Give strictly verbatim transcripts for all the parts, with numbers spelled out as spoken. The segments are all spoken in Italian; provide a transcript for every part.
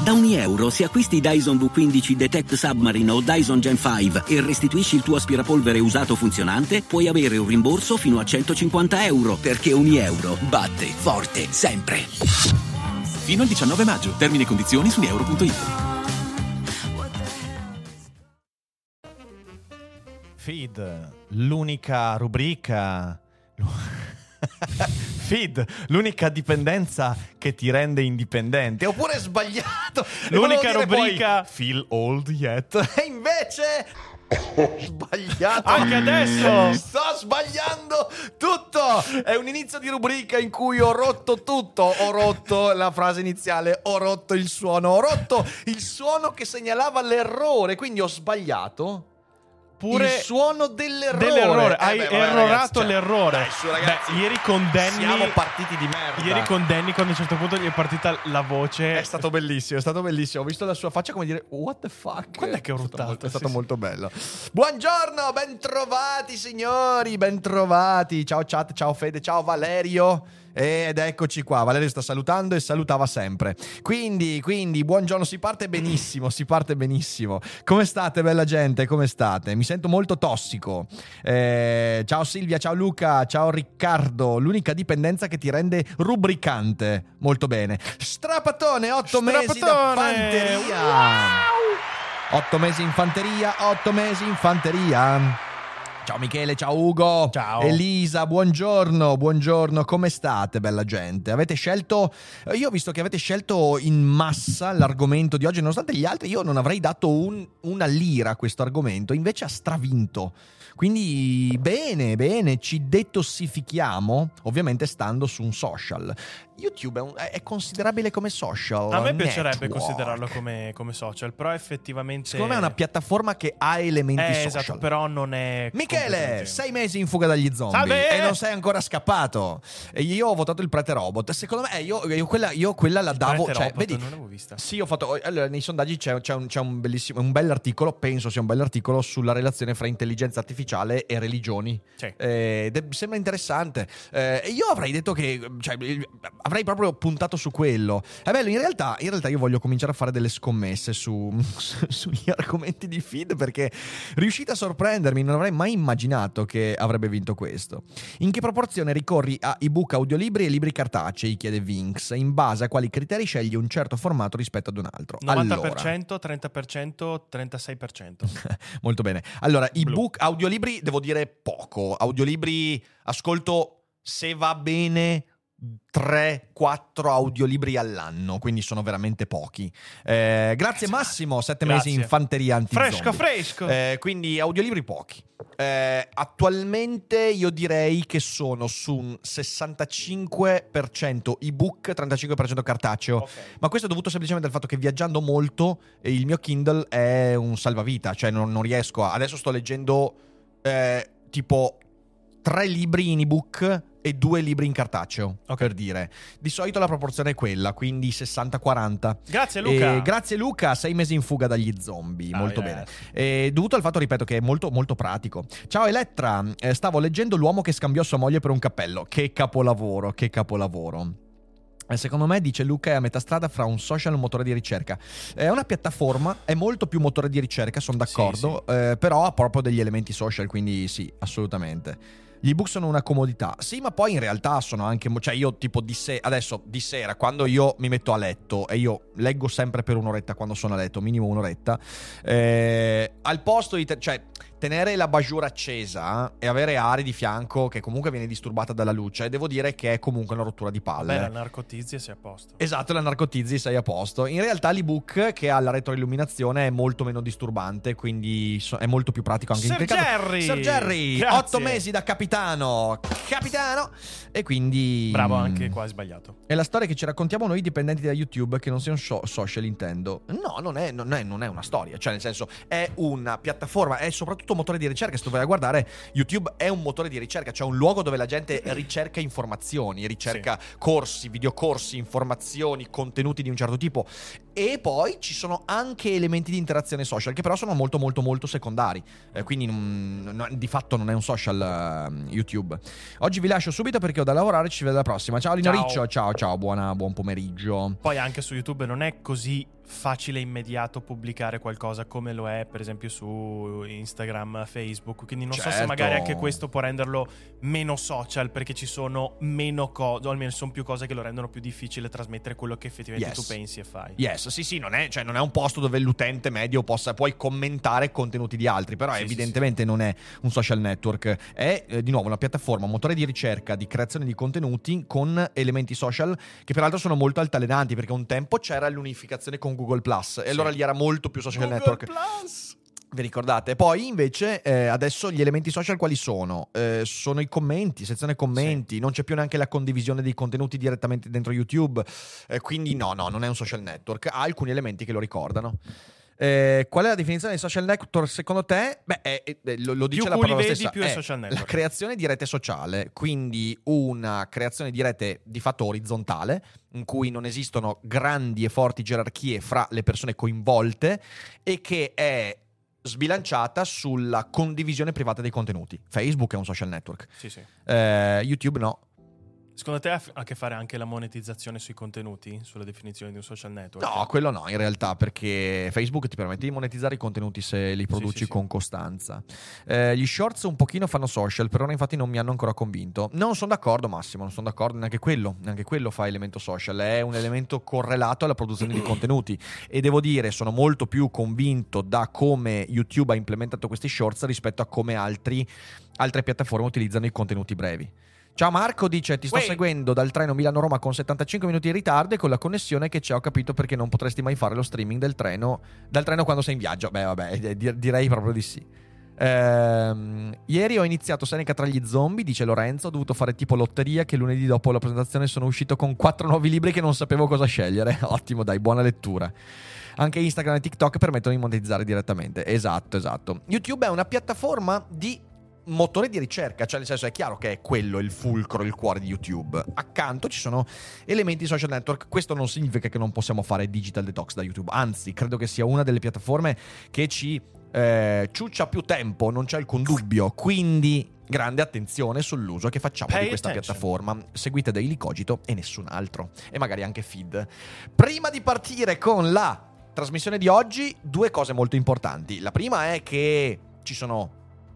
Da ogni euro, se acquisti Dyson V quindici Detect Submarine o Dyson Gen cinque e restituisci il tuo aspirapolvere usato funzionante, puoi avere un rimborso fino a centocinquanta euro, perché ogni euro batte forte sempre. Fino al diciannove maggio. Termini e condizioni su euro punto it. Feed, l'unica rubrica... Feed, l'unica dipendenza che ti rende indipendente. Oppure sbagliato. L'unica rubrica poi, feel old yet. E invece ho sbagliato. Anche adesso sto sbagliando tutto. È un inizio di rubrica in cui ho rotto tutto. Ho rotto la frase iniziale, ho rotto il suono, ho rotto il suono che segnalava l'errore. Quindi ho sbagliato pure il suono dell'errore. dell'errore. Eh Hai beh, vabbè, errorato ragazzi, cioè, l'errore. dai, su, ragazzi, beh, ieri con Danny siamo partiti di merda. Ieri con Danny, quando a un certo punto gli è partita la voce, è stato bellissimo, è stato bellissimo. Ho visto la sua faccia come dire what the fuck. Quando è che ho ruttato? È stato, molto, è stato sì, molto bello. Buongiorno, bentrovati signori, bentrovati. Ciao chat, ciao Fede, ciao Valerio. Ed eccoci qua, Valerio sta salutando e salutava sempre. Quindi, quindi, buongiorno, si parte benissimo, si parte benissimo. Come state, bella gente, come state? Mi sento molto tossico. Eh, ciao Silvia, ciao Luca, ciao Riccardo. L'unica dipendenza che ti rende rubricante. Molto bene. Strapatone, otto mesi da fanteria. Wow! Otto mesi in fanteria, otto mesi in fanteria. Ciao Michele, ciao Ugo, ciao Elisa, buongiorno, buongiorno, come state bella gente? Avete scelto, io ho visto che avete scelto in massa l'argomento di oggi, nonostante gli altri io non avrei dato un, una lira a questo argomento, invece ha stravinto. Quindi bene, bene, ci detossifichiamo, ovviamente stando su un social. YouTube è, un, è considerabile come social. A me piacerebbe network. considerarlo come, come social, però effettivamente secondo me è una piattaforma che ha elementi eh, social. Esatto, però non è. Michele, sei mesi in fuga dagli zombie. Salve! E non sei ancora scappato. E io ho votato il prete robot. Secondo me, eh, io, io, quella, io quella la il davo. Prete Cioè, robot, vedi, non l'avevo vista. Sì, ho fatto. Allora, nei sondaggi c'è, c'è, un, c'è un bellissimo, un bell'articolo. Penso sia un bell'articolo sulla relazione fra intelligenza artificiale e religioni. Sì. Eh, ed è, sembra interessante. Eh, e io avrei detto che, cioè, avrei proprio puntato su quello. È bello, in realtà, in realtà io voglio cominciare a fare delle scommesse su, su, sugli argomenti di feed, perché riuscite a sorprendermi, non avrei mai immaginato che avrebbe vinto questo. In che proporzione ricorri a ebook, audiolibri e libri cartacei, chiede Vinx, in base a quali criteri scegli un certo formato rispetto ad un altro? novanta per cento, allora. trenta per cento, trentasei per cento. Molto bene. Allora, ebook, audiolibri devo dire poco. Audiolibri ascolto, se va bene, tre quattro audiolibri all'anno, quindi sono veramente pochi. Eh, grazie, grazie Massimo, sette mesi in fanteria anti-zombie. Fresco, fresco. Eh, quindi audiolibri pochi. Eh, attualmente io direi che sono su un sessantacinque per cento ebook, trentacinque per cento cartaceo. Okay. Ma questo è dovuto semplicemente al fatto che viaggiando molto il mio Kindle è un salvavita, cioè non, non riesco a... Adesso sto leggendo eh, tipo tre libri in ebook e due libri in cartaceo, okay, per dire. Di solito la proporzione è quella, quindi sessanta quaranta. Grazie Luca. E grazie Luca, sei mesi in fuga dagli zombie, ah, molto yes. bene. E dovuto al fatto, ripeto, che è molto molto pratico. Ciao Elettra, eh, stavo leggendo L'uomo che scambiò sua moglie per un cappello. Che capolavoro, che capolavoro. Secondo me, dice Luca, è a metà strada fra un social e un motore di ricerca. È una piattaforma, è molto più motore di ricerca, sono d'accordo, sì, sì. Eh, però ha proprio degli elementi social, quindi sì, assolutamente. Gli ebook sono una comodità. Sì, ma poi in realtà sono anche... Cioè io tipo di sera... Adesso di sera, quando io mi metto a letto, e io leggo sempre per un'oretta quando sono a letto, minimo un'oretta, eh, al posto di... Te- cioè tenere la bajour accesa e avere Ari di fianco che comunque viene disturbata dalla luce, devo dire che è comunque una rottura di palle. Beh, la narcotizzi e sei a posto. Esatto, la narcotizzi e sei a posto. In realtà l'ebook, che ha la retroilluminazione, è molto meno disturbante, quindi è molto più pratico anche Sir in quel caso. Jerry! Sir Jerry, Grazie. otto mesi da capitano. Capitano! E quindi... Bravo, anche qua hai sbagliato. È la storia che ci raccontiamo noi dipendenti da YouTube, che non sia un show, social, intendo. No, non è, non, è, non è una storia. Cioè, nel senso, è una piattaforma, è soprattutto un motore di ricerca. Se tu vai a guardare, YouTube è un motore di ricerca, cioè un luogo dove la gente ricerca informazioni, ricerca sì. corsi, videocorsi, informazioni, contenuti di un certo tipo. E poi ci sono anche elementi di interazione social, che però sono molto molto molto secondari. Eh, quindi non, non, di fatto non è un social uh, YouTube. Oggi vi lascio subito perché ho da lavorare, ci vediamo alla prossima. Ciao Lino ciao. Riccio, ciao ciao, buona, buon pomeriggio. Poi anche su YouTube non è così facile e immediato pubblicare qualcosa come lo è per esempio su Instagram, Facebook, quindi non Certo. so se magari anche questo può renderlo meno social, perché ci sono meno cose, o almeno sono più cose che lo rendono più difficile trasmettere quello che effettivamente Yes. tu pensi e fai. Yes, sì, sì, non è, cioè, non è un posto dove l'utente medio possa poi commentare contenuti di altri, però Sì, evidentemente non è un social network, è eh, di nuovo una piattaforma, un motore di ricerca, di creazione di contenuti con elementi social che peraltro sono molto altalenanti, perché un tempo c'era l'unificazione con Google Plus e Sì. allora lì era molto più social Google network. Plus! Vi ricordate? Poi invece eh, adesso gli elementi social quali sono? Eh, sono i commenti, sezione commenti, Sì. non c'è più neanche la condivisione dei contenuti direttamente dentro YouTube, eh, quindi no, no, non è un social network, ha alcuni elementi che lo ricordano. Eh, qual è la definizione di social network secondo te? Beh, è- è- lo, lo dice Più la culi parola vedi, stessa, più è è social network. la creazione di rete sociale, quindi una creazione di rete di fatto orizzontale, in cui non esistono grandi e forti gerarchie fra le persone coinvolte e che è sbilanciata sulla condivisione privata dei contenuti. Facebook è un social network, Sì, sì. eh, YouTube no. Secondo te ha a che fare anche la monetizzazione sui contenuti, sulla definizione di un social network? No, quello no, in realtà, perché Facebook ti permette di monetizzare i contenuti se li produci sì, sì. con costanza. Eh, gli shorts un pochino fanno social, per ora infatti non mi hanno ancora convinto. Non sono d'accordo, Massimo, non sono d'accordo, neanche quello, neanche quello fa elemento social, è un elemento correlato alla produzione di contenuti. E devo dire, sono molto più convinto da come YouTube ha implementato questi shorts rispetto a come altri, altre piattaforme utilizzano i contenuti brevi. Ciao Marco, dice: ti sto Uè. seguendo dal treno Milano-Roma con settantacinque minuti di ritardo e con la connessione che c'è ho capito perché non potresti mai fare lo streaming del treno dal treno quando sei in viaggio. Beh vabbè, di- direi proprio di sì. Ehm, ieri ho iniziato Seneca tra gli zombie, dice Lorenzo, ho dovuto fare tipo lotteria che lunedì dopo la presentazione sono uscito con quattro nuovi libri che non sapevo cosa scegliere. Ottimo, dai, buona lettura. Anche Instagram e TikTok permettono di monetizzare direttamente. Esatto, esatto. YouTube è una piattaforma di motore di ricerca, cioè nel senso è chiaro che è quello il fulcro, il cuore di YouTube. Accanto ci sono elementi social network. Questo non significa che non possiamo fare digital detox da YouTube, anzi credo che sia una delle piattaforme che ci eh, ciuccia più tempo, non c'è alcun dubbio, quindi grande attenzione sull'uso che facciamo Pay di questa attention. piattaforma. Seguite Daily Cogito e nessun altro, e magari anche feed. Prima di partire con la trasmissione di oggi, due cose molto importanti. La prima è che ci sono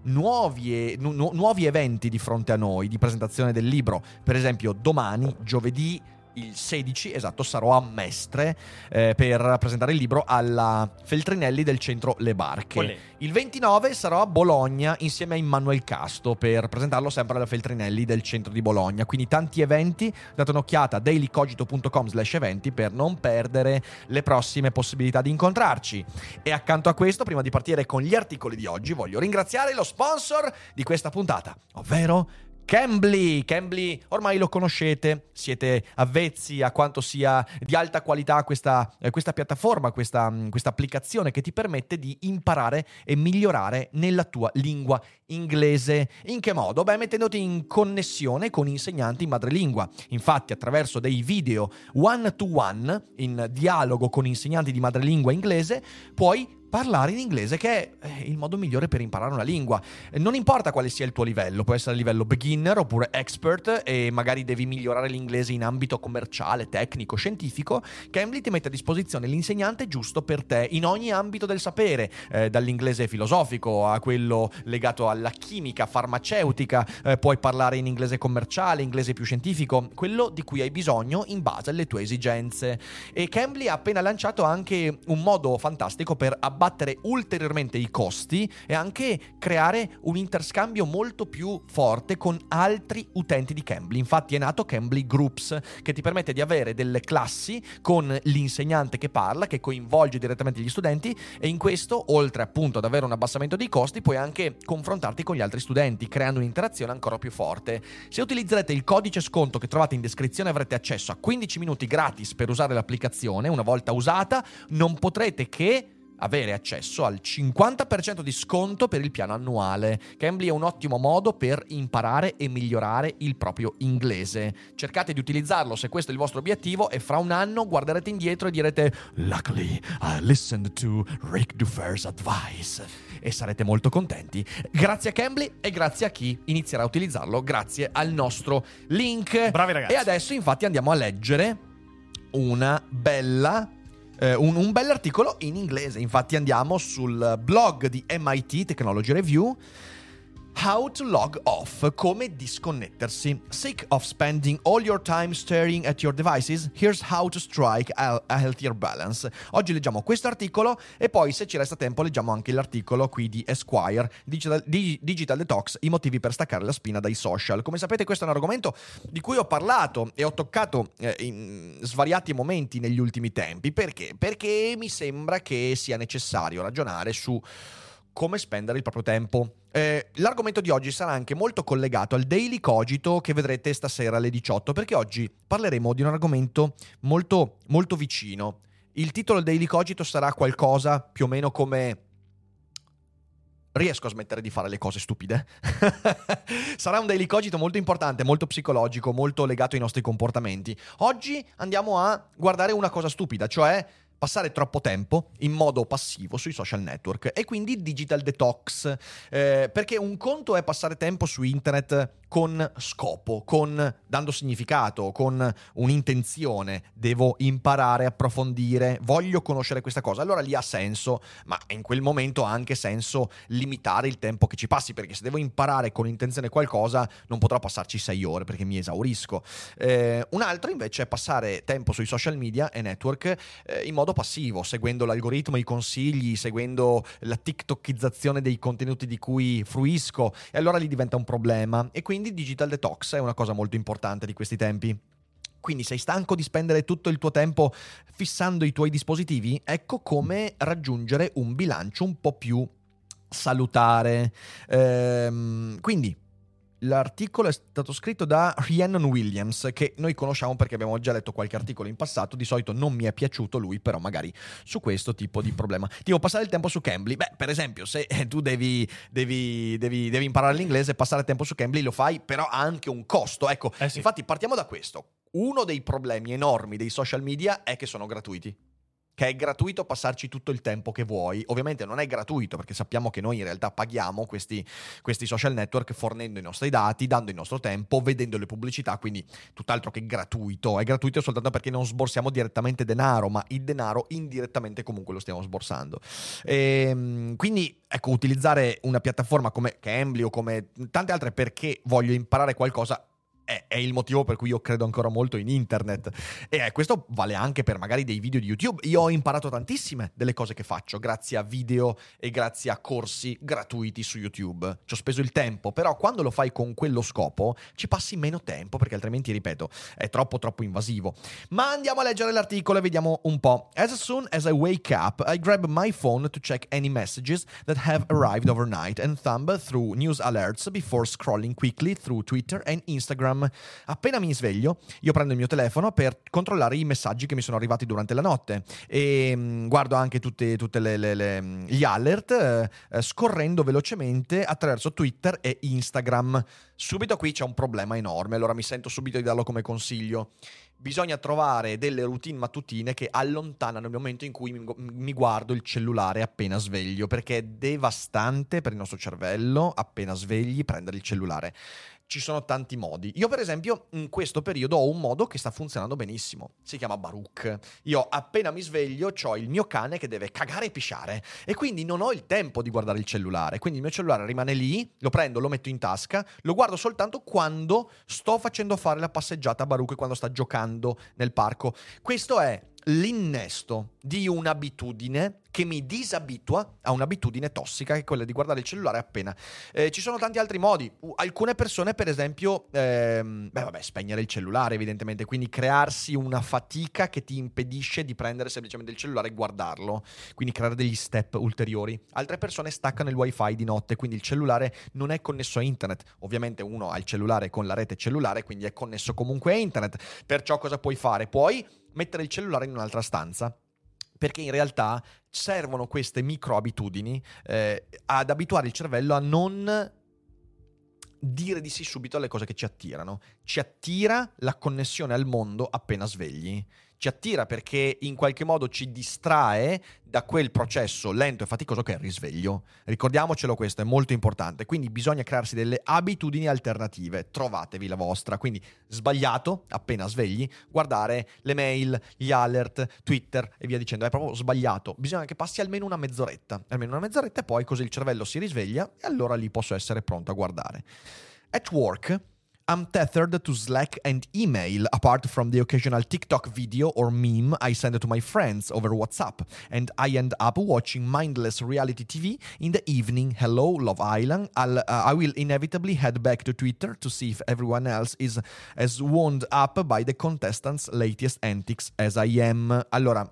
Nuovi, nu- nu- nuovi eventi di fronte a noi di presentazione del libro. Per esempio domani, giovedì il sedici, esatto, sarò a Mestre eh, per presentare il libro alla Feltrinelli del centro Le Barche. Olè. Il ventinove sarò a Bologna insieme a Immanuel Casto per presentarlo sempre alla Feltrinelli del centro di Bologna. Quindi tanti eventi, date un'occhiata a dailycogito punto com slash eventi per non perdere le prossime possibilità di incontrarci. E accanto a questo, prima di partire con gli articoli di oggi, voglio ringraziare lo sponsor di questa puntata, ovvero Cambly. Cambly ormai lo conoscete, siete avvezzi a quanto sia di alta qualità questa, eh, questa piattaforma, questa, questa applicazione che ti permette di imparare e migliorare nella tua lingua inglese. In che modo? Beh, mettendoti in connessione con insegnanti madrelingua. Infatti, attraverso dei video one to one, in dialogo con insegnanti di madrelingua inglese, puoi parlare in inglese, che è il modo migliore per imparare una lingua. Non importa quale sia il tuo livello, può essere a livello beginner oppure expert e magari devi migliorare l'inglese in ambito commerciale, tecnico, scientifico. Cambly ti mette a disposizione l'insegnante giusto per te in ogni ambito del sapere, eh, dall'inglese filosofico a quello legato alla chimica, farmaceutica, eh, puoi parlare in inglese commerciale, inglese più scientifico, quello di cui hai bisogno in base alle tue esigenze. E Cambly ha appena lanciato anche un modo fantastico per abbattere ulteriormente i costi e anche creare un interscambio molto più forte con altri utenti di Cambly. Infatti è nato Cambly Groups, che ti permette di avere delle classi con l'insegnante che parla, che coinvolge direttamente gli studenti, e in questo, oltre appunto ad avere un abbassamento dei costi, puoi anche confrontarti con gli altri studenti, creando un'interazione ancora più forte. Se utilizzerete il codice sconto che trovate in descrizione avrete accesso a quindici minuti gratis per usare l'applicazione. Una volta usata non potrete che avere accesso al cinquanta per cento di sconto per il piano annuale. Cambly è un ottimo modo per imparare e migliorare il proprio inglese. Cercate di utilizzarlo se questo è il vostro obiettivo e fra un anno guarderete indietro e direte "Luckily I listened to Rick Dufer's advice" e sarete molto contenti. Grazie a Cambly e grazie a chi inizierà a utilizzarlo grazie al nostro link. Bravi ragazzi. E adesso infatti andiamo a leggere una bella eh, un, un bell'articolo in inglese. Infatti andiamo sul blog di M I T Technology Review. How to log off, come disconnettersi. Sick of spending all your time staring at your devices? Here's how to strike a, a healthier balance. Oggi leggiamo questo articolo e poi, se ci resta tempo, leggiamo anche l'articolo qui di Esquire, Digital, di, Digital Detox, i motivi per staccare la spina dai social. Come sapete, questo è un argomento di cui ho parlato e ho toccato eh, in svariati momenti negli ultimi tempi. Perché? Perché mi sembra che sia necessario ragionare su come spendere il proprio tempo. Eh, l'argomento di oggi sarà anche molto collegato al Daily Cogito che vedrete stasera alle diciotto, perché oggi parleremo di un argomento molto, molto vicino. Il titolo del Daily Cogito sarà qualcosa più o meno come: riesco a smettere di fare le cose stupide? Sarà un Daily Cogito molto importante, molto psicologico, molto legato ai nostri comportamenti. Oggi andiamo a guardare una cosa stupida, cioè passare troppo tempo in modo passivo sui social network, e quindi digital detox, eh, perché un conto è passare tempo su internet con scopo, con dando significato, con un'intenzione: devo imparare, approfondire, voglio conoscere questa cosa, allora lì ha senso, ma in quel momento ha anche senso limitare il tempo che ci passi, perché se devo imparare con intenzione qualcosa non potrò passarci sei ore perché mi esaurisco. Eh, un altro invece è passare tempo sui social media e network eh, in modo passivo, seguendo l'algoritmo, i consigli, seguendo la tiktokizzazione dei contenuti di cui fruisco, e allora lì diventa un problema. E quindi digital detox è una cosa molto importante di questi tempi. Quindi sei stanco di spendere tutto il tuo tempo fissando i tuoi dispositivi? Ecco come raggiungere un bilancio un po' più salutare. Ehm, quindi l'articolo è stato scritto da Rhiannon Williams, che noi conosciamo perché abbiamo già letto qualche articolo in passato. Di solito non mi è piaciuto lui, però magari su questo tipo di problema. Tipo passare il tempo su Cambly. Beh, per esempio, se tu devi, devi, devi, devi imparare l'inglese, passare tempo su Cambly lo fai, però ha anche un costo. Ecco, eh sì. Infatti partiamo da questo. Uno dei problemi enormi dei social media è che sono gratuiti. Che è gratuito passarci tutto il tempo che vuoi. Ovviamente non è gratuito, perché sappiamo che noi in realtà paghiamo questi, questi social network fornendo i nostri dati, dando il nostro tempo, vedendo le pubblicità, quindi tutt'altro che gratuito. È gratuito soltanto perché non sborsiamo direttamente denaro, ma il denaro indirettamente comunque lo stiamo sborsando. E, quindi ecco, utilizzare una piattaforma come Cambly o come tante altre perché voglio imparare qualcosa È, è il motivo per cui io credo ancora molto in internet. E eh, questo vale anche per magari dei video di YouTube. Io ho imparato tantissime delle cose che faccio grazie a video e grazie a corsi gratuiti su YouTube. Ci ho speso il tempo, però quando lo fai con quello scopo ci passi meno tempo, perché altrimenti, ripeto, è troppo troppo invasivo. Ma andiamo a leggere l'articolo e vediamo un po'. As soon as I wake up, I grab my phone to check any messages that have arrived overnight and thumb through news alerts before scrolling quickly through Twitter and Instagram. Appena mi sveglio, io prendo il mio telefono per controllare i messaggi che mi sono arrivati durante la notte e mh, guardo anche tutti tutte le, le, le, gli alert eh, scorrendo velocemente attraverso Twitter e Instagram. Subito qui c'è un problema enorme, allora mi sento subito di darlo come consiglio. Bisogna trovare delle routine mattutine che allontanano il momento in cui mi, mi guardo il cellulare appena sveglio, perché è devastante per il nostro cervello appena svegli prendere il cellulare. Ci sono tanti modi. Io per esempio in questo periodo ho un modo che sta funzionando benissimo. Si chiama Baruch. Io appena mi sveglio c'ho il mio cane che deve cagare e pisciare e quindi non ho il tempo di guardare il cellulare. Quindi il mio cellulare rimane lì, lo prendo, lo metto in tasca, lo guardo soltanto quando sto facendo fare la passeggiata a Baruch e quando sta giocando nel parco. Questo è l'innesto di un'abitudine che mi disabitua a un'abitudine tossica, che è quella di guardare il cellulare appena. Eh, ci sono tanti altri modi. Uh, alcune persone, per esempio, ehm, beh, vabbè, spegnere il cellulare, evidentemente, quindi crearsi una fatica che ti impedisce di prendere semplicemente il cellulare e guardarlo, quindi creare degli step ulteriori. Altre persone staccano il wifi di notte, quindi il cellulare non è connesso a internet. Ovviamente uno ha il cellulare con la rete cellulare, quindi è connesso comunque a internet. Perciò cosa puoi fare? Puoi mettere il cellulare in un'altra stanza, perché in realtà servono queste micro abitudini eh, ad abituare il cervello a non dire di sì subito alle cose che ci attirano. Ci attira la connessione al mondo appena svegli. ci attira perché in qualche modo ci distrae da quel processo lento e faticoso che è il risveglio. Ricordiamocelo, questo è molto importante. Quindi bisogna crearsi delle abitudini alternative. Trovatevi la vostra. Quindi sbagliato, appena svegli, guardare le mail, gli alert, Twitter e via dicendo. È proprio sbagliato. Bisogna che passi almeno una mezz'oretta. Almeno una mezz'oretta e poi così il cervello si risveglia e allora lì posso essere pronto a guardare. At work, I'm tethered to Slack and email, apart from the occasional TikTok video or meme I send to my friends over WhatsApp, and I end up watching mindless reality T V in the evening. Hello, Love Island. I'll, uh, I will inevitably head back to Twitter to see if everyone else is as wound up by the contestants' latest antics as I am. Allora,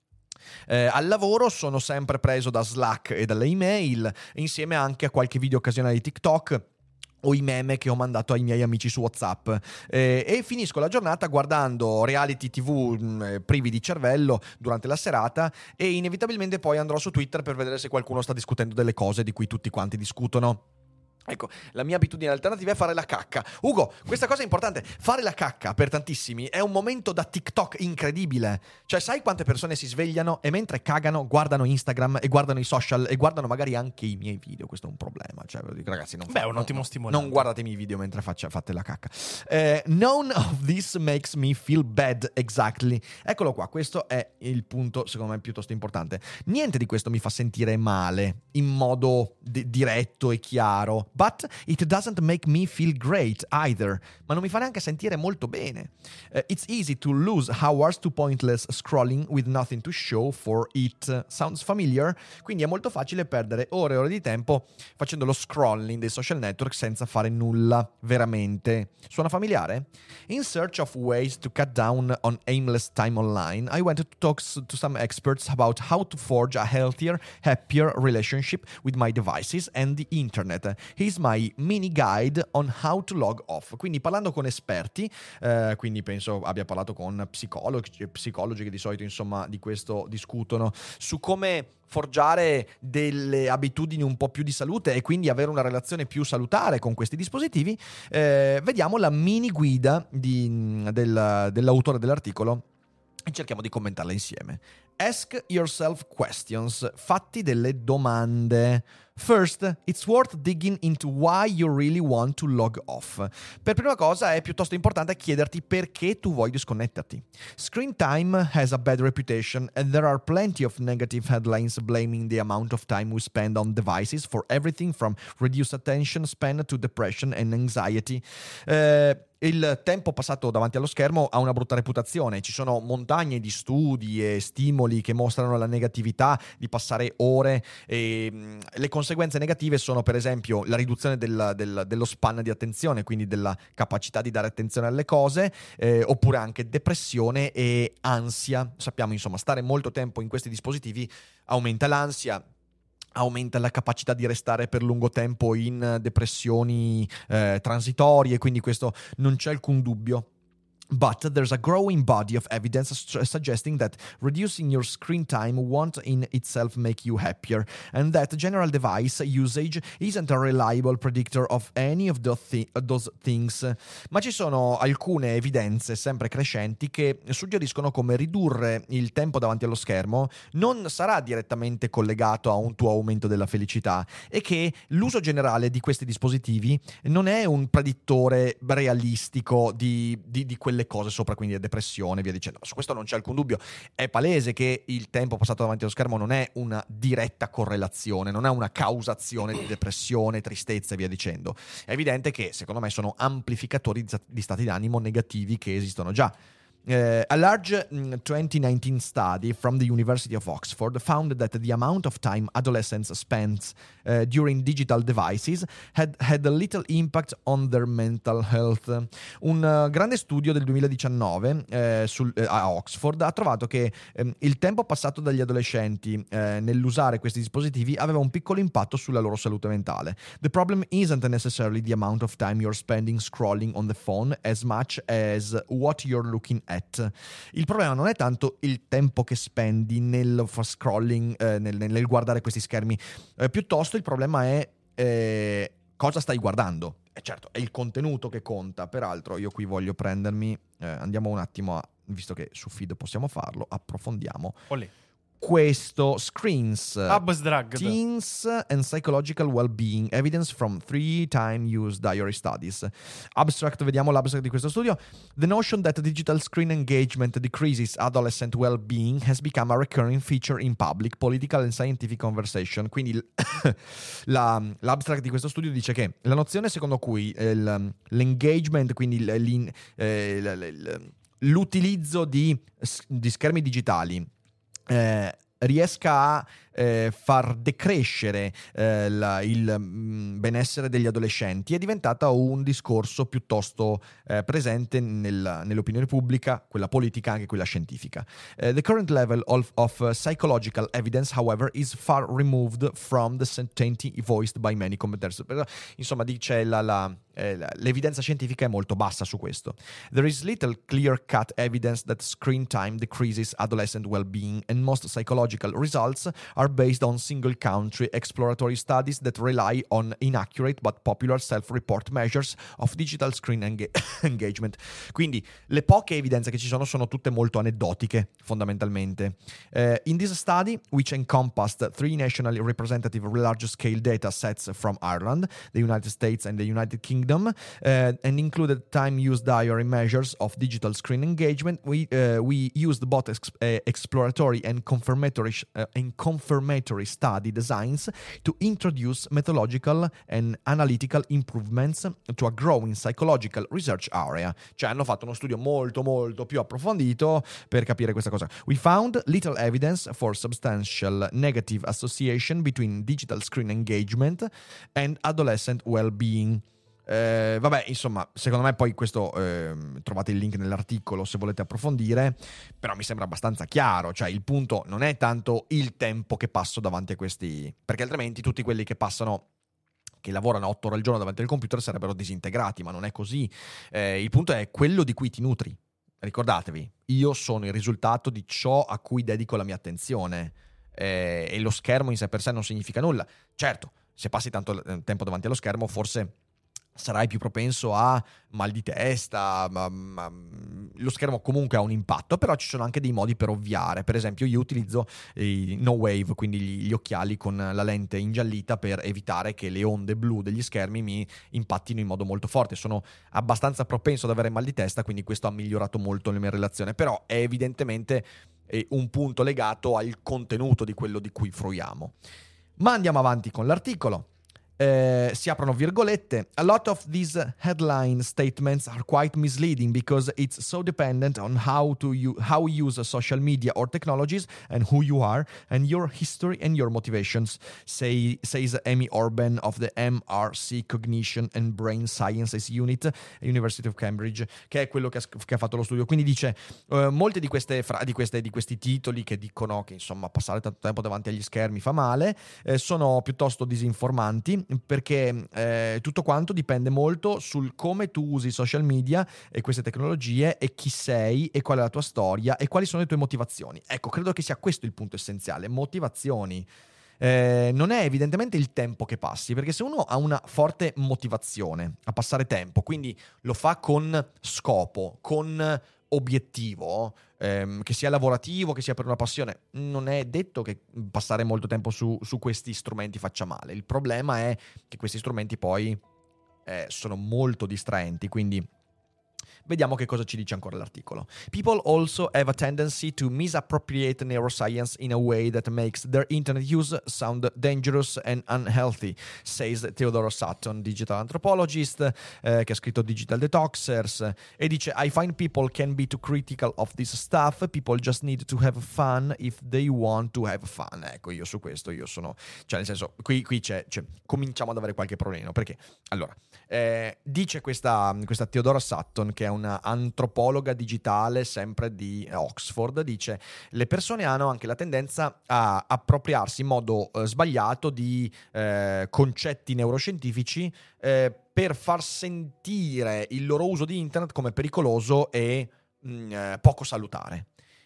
Eh, al lavoro sono sempre preso da Slack e dalle email, insieme anche a qualche video occasionale di TikTok o i meme che ho mandato ai miei amici su WhatsApp, eh, e finisco la giornata guardando reality tivù mh, privi di cervello durante la serata, e inevitabilmente poi andrò su Twitter per vedere se qualcuno sta discutendo delle cose di cui tutti quanti discutono. Ecco, la mia abitudine alternativa è fare la cacca. Ugo, questa cosa è importante. Fare la cacca per tantissimi è un momento da TikTok incredibile. Cioè, sai quante persone si svegliano e mentre cagano guardano Instagram e guardano i social e guardano magari anche i miei video? Questo è un problema. Cioè, ragazzi, non Beh, fa, è un ottimo non, stimolante. Non guardate i miei video mentre faccia, fate la cacca. Eh, none of this makes me feel bad exactly. Eccolo qua, questo è il punto secondo me piuttosto importante. Niente di questo mi fa sentire male in modo di- diretto e chiaro. But it doesn't make me feel great either. Ma non mi fa neanche sentire molto bene. Uh, it's easy to lose hours to pointless scrolling with nothing to show for it. Sounds familiar? Quindi è molto facile perdere ore e ore di tempo facendo lo scrolling dei social network senza fare nulla. Veramente. Suona familiare? In search of ways to cut down on aimless time online, I went to talk to some experts about how to forge a healthier, happier relationship with my devices and the internet. Here's my mini guide on how to log off. Quindi parlando con esperti, eh, quindi penso abbia parlato con psicologi, psicologi che di solito insomma di questo discutono, su come forgiare delle abitudini un po' più di salute e quindi avere una relazione più salutare con questi dispositivi. Eh, vediamo la mini guida di, del, dell'autore dell'articolo e cerchiamo di commentarla insieme. Ask yourself questions. Fatti delle domande. First, it's worth digging into why you really want to log off. Per prima cosa è piuttosto importante chiederti perché tu vuoi disconnetterti. Screen time has a bad reputation and there are plenty of negative headlines blaming the amount of time we spend on devices for everything from reduced attention span to depression and anxiety. Eh, il tempo passato davanti allo schermo ha una brutta reputazione. Ci sono montagne di studi e stimoli che mostrano la negatività di passare ore e mh, le conseguenze negative sono per esempio la riduzione del, del, dello span di attenzione, quindi della capacità di dare attenzione alle cose, eh, oppure anche depressione e ansia. Sappiamo insomma stare molto tempo in questi dispositivi aumenta l'ansia, aumenta la capacità di restare per lungo tempo in depressioni eh, transitorie, quindi questo non c'è alcun dubbio. But there's a growing body of evidence su- suggesting that reducing your screen time won't in itself make you happier, and that general device usage isn't a reliable predictor of any of those, thi- those things. Ma ci sono alcune evidenze sempre crescenti che suggeriscono come ridurre il tempo davanti allo schermo non sarà direttamente collegato a un tuo aumento della felicità e che l'uso generale di questi dispositivi non è un predittore realistico di, di, di quelle cose sopra, quindi depressione e via dicendo. Su questo non c'è alcun dubbio. È palese che il tempo passato davanti allo schermo non è una diretta correlazione, non è una causazione di depressione, tristezza e via dicendo. È evidente che secondo me sono amplificatori di stati d'animo negativi che esistono già. Uh, a large mm, twenty nineteen study from the University of Oxford found that the amount of time adolescents spent uh, during digital devices had had a little impact on their mental health. Un uh, grande studio del duemiladiciannove uh, sul, uh, a Oxford ha trovato che um, il tempo passato dagli adolescenti uh, nell'usare questi dispositivi aveva un piccolo impatto sulla loro salute mentale. The problem isn't necessarily the amount of time you're spending scrolling on the phone as much as what you're looking at. Il problema non è tanto il tempo che spendi nel scrolling, eh, nel, nel guardare questi schermi, eh, piuttosto il problema è eh, cosa stai guardando. E certo, è il contenuto che conta. Peraltro io qui voglio prendermi, eh, andiamo un attimo a visto che su Feed possiamo farlo, approfondiamo Olè. questo. Screens, Abstract. Teens and Psychological Well-Being, Evidence from Three-Time Use Diary Studies. Abstract, vediamo l'abstract di questo studio. The notion that digital screen engagement decreases adolescent well-being has become a recurring feature in public, political and scientific conversation. Quindi la, l'abstract di questo studio dice che la nozione secondo cui eh, l'engagement, quindi l'in, eh, l'utilizzo di, di schermi digitali Eh, riesca a eh, far decrescere eh, la, il mh, benessere degli adolescenti è diventata un discorso piuttosto eh, presente nel, nell'opinione pubblica, quella politica, anche quella scientifica. Uh, the current level of, of uh, psychological evidence, however, is far removed from the certainty voiced by many commentators. Insomma, dice la, la, eh, l'evidenza scientifica è molto bassa su questo. There is little clear-cut evidence that screen time decreases adolescent well-being, and most psychological results are based on single-country exploratory studies that rely on inaccurate but popular self-report measures of digital screen enga- engagement. Quindi le poche evidenze che ci sono sono tutte molto aneddotiche, fondamentalmente. Uh, in this study, which encompassed three nationally representative large-scale data sets from Ireland, the United States and the United Kingdom, uh, and included time-use diary measures of digital screen engagement, we uh, we used both ex- uh, exploratory and confirmatory uh, and confirmatory study designs to introduce methodological and analytical improvements to a growing psychological research area. Cioè hanno fatto uno studio molto molto più approfondito per capire questa cosa. We found little evidence for substantial negative association between digital screen engagement and adolescent well-being. Eh, vabbè, insomma, secondo me poi questo eh, trovate il link nell'articolo se volete approfondire, però mi sembra abbastanza chiaro, cioè il punto non è tanto il tempo che passo davanti a questi, perché altrimenti tutti quelli che passano, che lavorano otto ore al giorno davanti al computer sarebbero disintegrati, ma non è così. Eh, il punto è quello di cui ti nutri. Ricordatevi, io sono il risultato di ciò a cui dedico la mia attenzione, eh, e lo schermo in sé per sé non significa nulla. Certo, se passi tanto tempo davanti allo schermo forse sarai più propenso a mal di testa, ma, ma, lo schermo comunque ha un impatto, però ci sono anche dei modi per ovviare. Per esempio io utilizzo i no wave, quindi gli, gli occhiali con la lente ingiallita per evitare che le onde blu degli schermi mi impattino in modo molto forte. Sono abbastanza propenso ad avere mal di testa, quindi questo ha migliorato molto la mia relazione, però è evidentemente eh, un punto legato al contenuto di quello di cui fruiamo. Ma andiamo avanti con l'articolo. Eh, si aprono virgolette. A lot of these headline statements are quite misleading because it's so dependent on how to you how you use social media or technologies and who you are and your history and your motivations, say, says Amy Orben of the M R C Cognition and Brain Sciences Unit, University of Cambridge, che è quello che ha, che ha fatto lo studio. Quindi dice uh, molte di queste, fra- di queste di questi titoli che dicono che insomma passare tanto tempo davanti agli schermi fa male, eh, sono piuttosto disinformanti, perché eh, tutto quanto dipende molto sul come tu usi i social media e queste tecnologie e chi sei e qual è la tua storia e quali sono le tue motivazioni. Ecco, credo che sia questo il punto essenziale, motivazioni. Eh, non è evidentemente il tempo che passi, perché se uno ha una forte motivazione a passare tempo, quindi lo fa con scopo, con obiettivo, ehm, che sia lavorativo, che sia per una passione, non è detto che passare molto tempo su, su questi strumenti faccia male. Il problema è che questi strumenti poi eh, sono molto distraenti, quindi vediamo che cosa ci dice ancora l'articolo. People also have a tendency to misappropriate neuroscience in a way that makes their internet use sound dangerous and unhealthy, says Theodore Sutton, digital anthropologist, eh, che ha scritto Digital Detoxers, e dice I find people can be too critical of this stuff, people just need to have fun if they want to have fun. Ecco, io su questo, io sono, cioè nel senso, qui, qui c'è, c'è cominciamo ad avere qualche problema, perché allora, eh, dice questa, questa Theodora Sutton, che è un una antropologa digitale sempre di Oxford, dice le persone hanno anche la tendenza a appropriarsi in modo eh, sbagliato di eh, concetti neuroscientifici eh, per far sentire il loro uso di internet come pericoloso e mh, eh, poco salutare.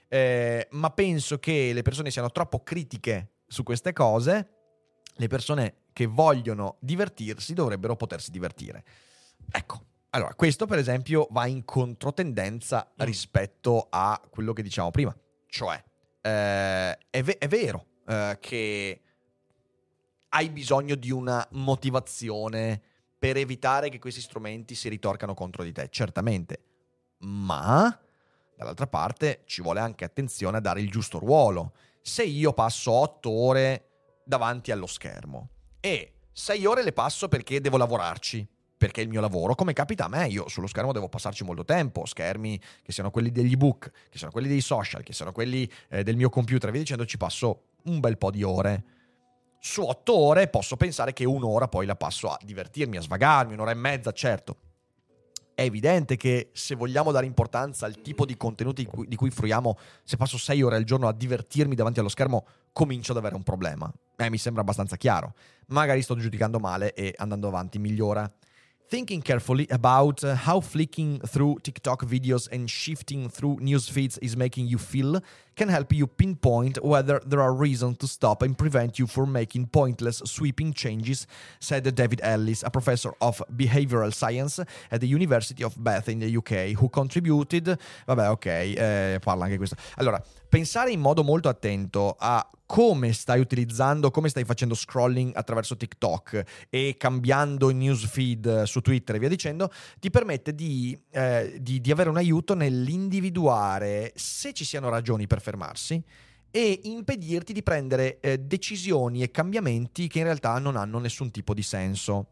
Eh, ma penso che le persone siano troppo critiche su queste cose. Le persone che vogliono divertirsi dovrebbero potersi divertire. Ecco. allora, questo per esempio va in controtendenza Mm. rispetto a quello che dicevamo prima. Cioè, eh, è, ve- è vero eh, che hai bisogno di una motivazione per evitare che questi strumenti si ritorcano contro di te, certamente. Ma, dall'altra parte, ci vuole anche attenzione a dare il giusto ruolo. Se io passo otto ore davanti allo schermo e sei ore le passo perché devo lavorarci, perché è il mio lavoro, come capita a me, io sullo schermo devo passarci molto tempo, schermi che siano quelli degli ebook, che siano quelli dei social, che siano quelli eh, del mio computer, e via dicendo, ci passo un bel po' di ore. Su otto ore posso pensare che un'ora poi la passo a divertirmi, a svagarmi, un'ora e mezza, certo. È evidente che se vogliamo dare importanza al tipo di contenuti di cui, di cui fruiamo, se passo sei ore al giorno a divertirmi davanti allo schermo, comincio ad avere un problema. Eh, mi sembra abbastanza chiaro. Magari sto giudicando male e andando avanti migliora. Thinking carefully about uh, how flicking through TikTok videos and shifting through news feeds is making you feel can help you pinpoint whether there are reasons to stop and prevent you from making pointless sweeping changes, said David Ellis, a professor of behavioral science at the University of Bath in the U K, who contributed... Vabbè, ok, eh, parla anche questo. Allora, pensare in modo molto attento a come stai utilizzando, come stai facendo scrolling attraverso TikTok e cambiando il newsfeed su Twitter e via dicendo, ti permette di, eh, di, di avere un aiuto nell'individuare se ci siano ragioni per fermarsi e impedirti di prendere eh, decisioni e cambiamenti che in realtà non hanno nessun tipo di senso.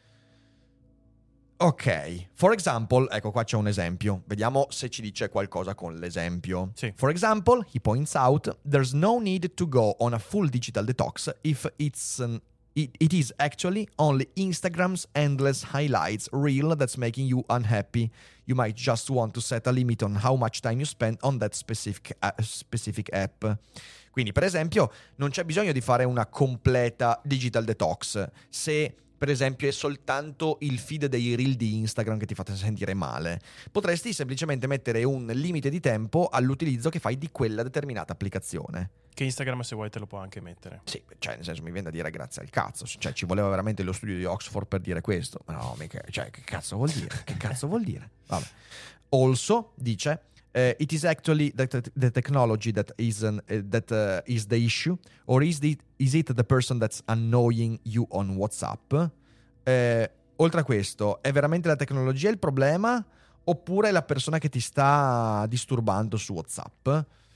Ok, for example, ecco qua c'è un esempio. Vediamo se ci dice qualcosa con l'esempio. Sì. For example, he points out there's no need to go on a full digital detox if it's an, it, it is actually only Instagram's endless highlights reel that's making you unhappy. You might just want to set a limit on how much time you spend on that specific, uh, specific app. Quindi, per esempio, non c'è bisogno di fare una completa digital detox se... Per esempio è soltanto il feed dei reel di Instagram che ti fate sentire male. Potresti semplicemente mettere un limite di tempo all'utilizzo che fai di quella determinata applicazione. Che Instagram, se vuoi, te lo può anche mettere. Sì, cioè nel senso mi viene da dire grazie al cazzo. Cioè ci voleva veramente lo studio di Oxford per dire questo. Ma no, mica, cioè che cazzo vuol dire? Che cazzo vuol dire? Vabbè. Also, dice... Uh, it is actually the, the technology that is an, uh, that uh, is the issue, or is the is it the person that's annoying you on WhatsApp? Uh, oltre a questo, è veramente la tecnologia il problema, oppure è la persona che ti sta disturbando su WhatsApp?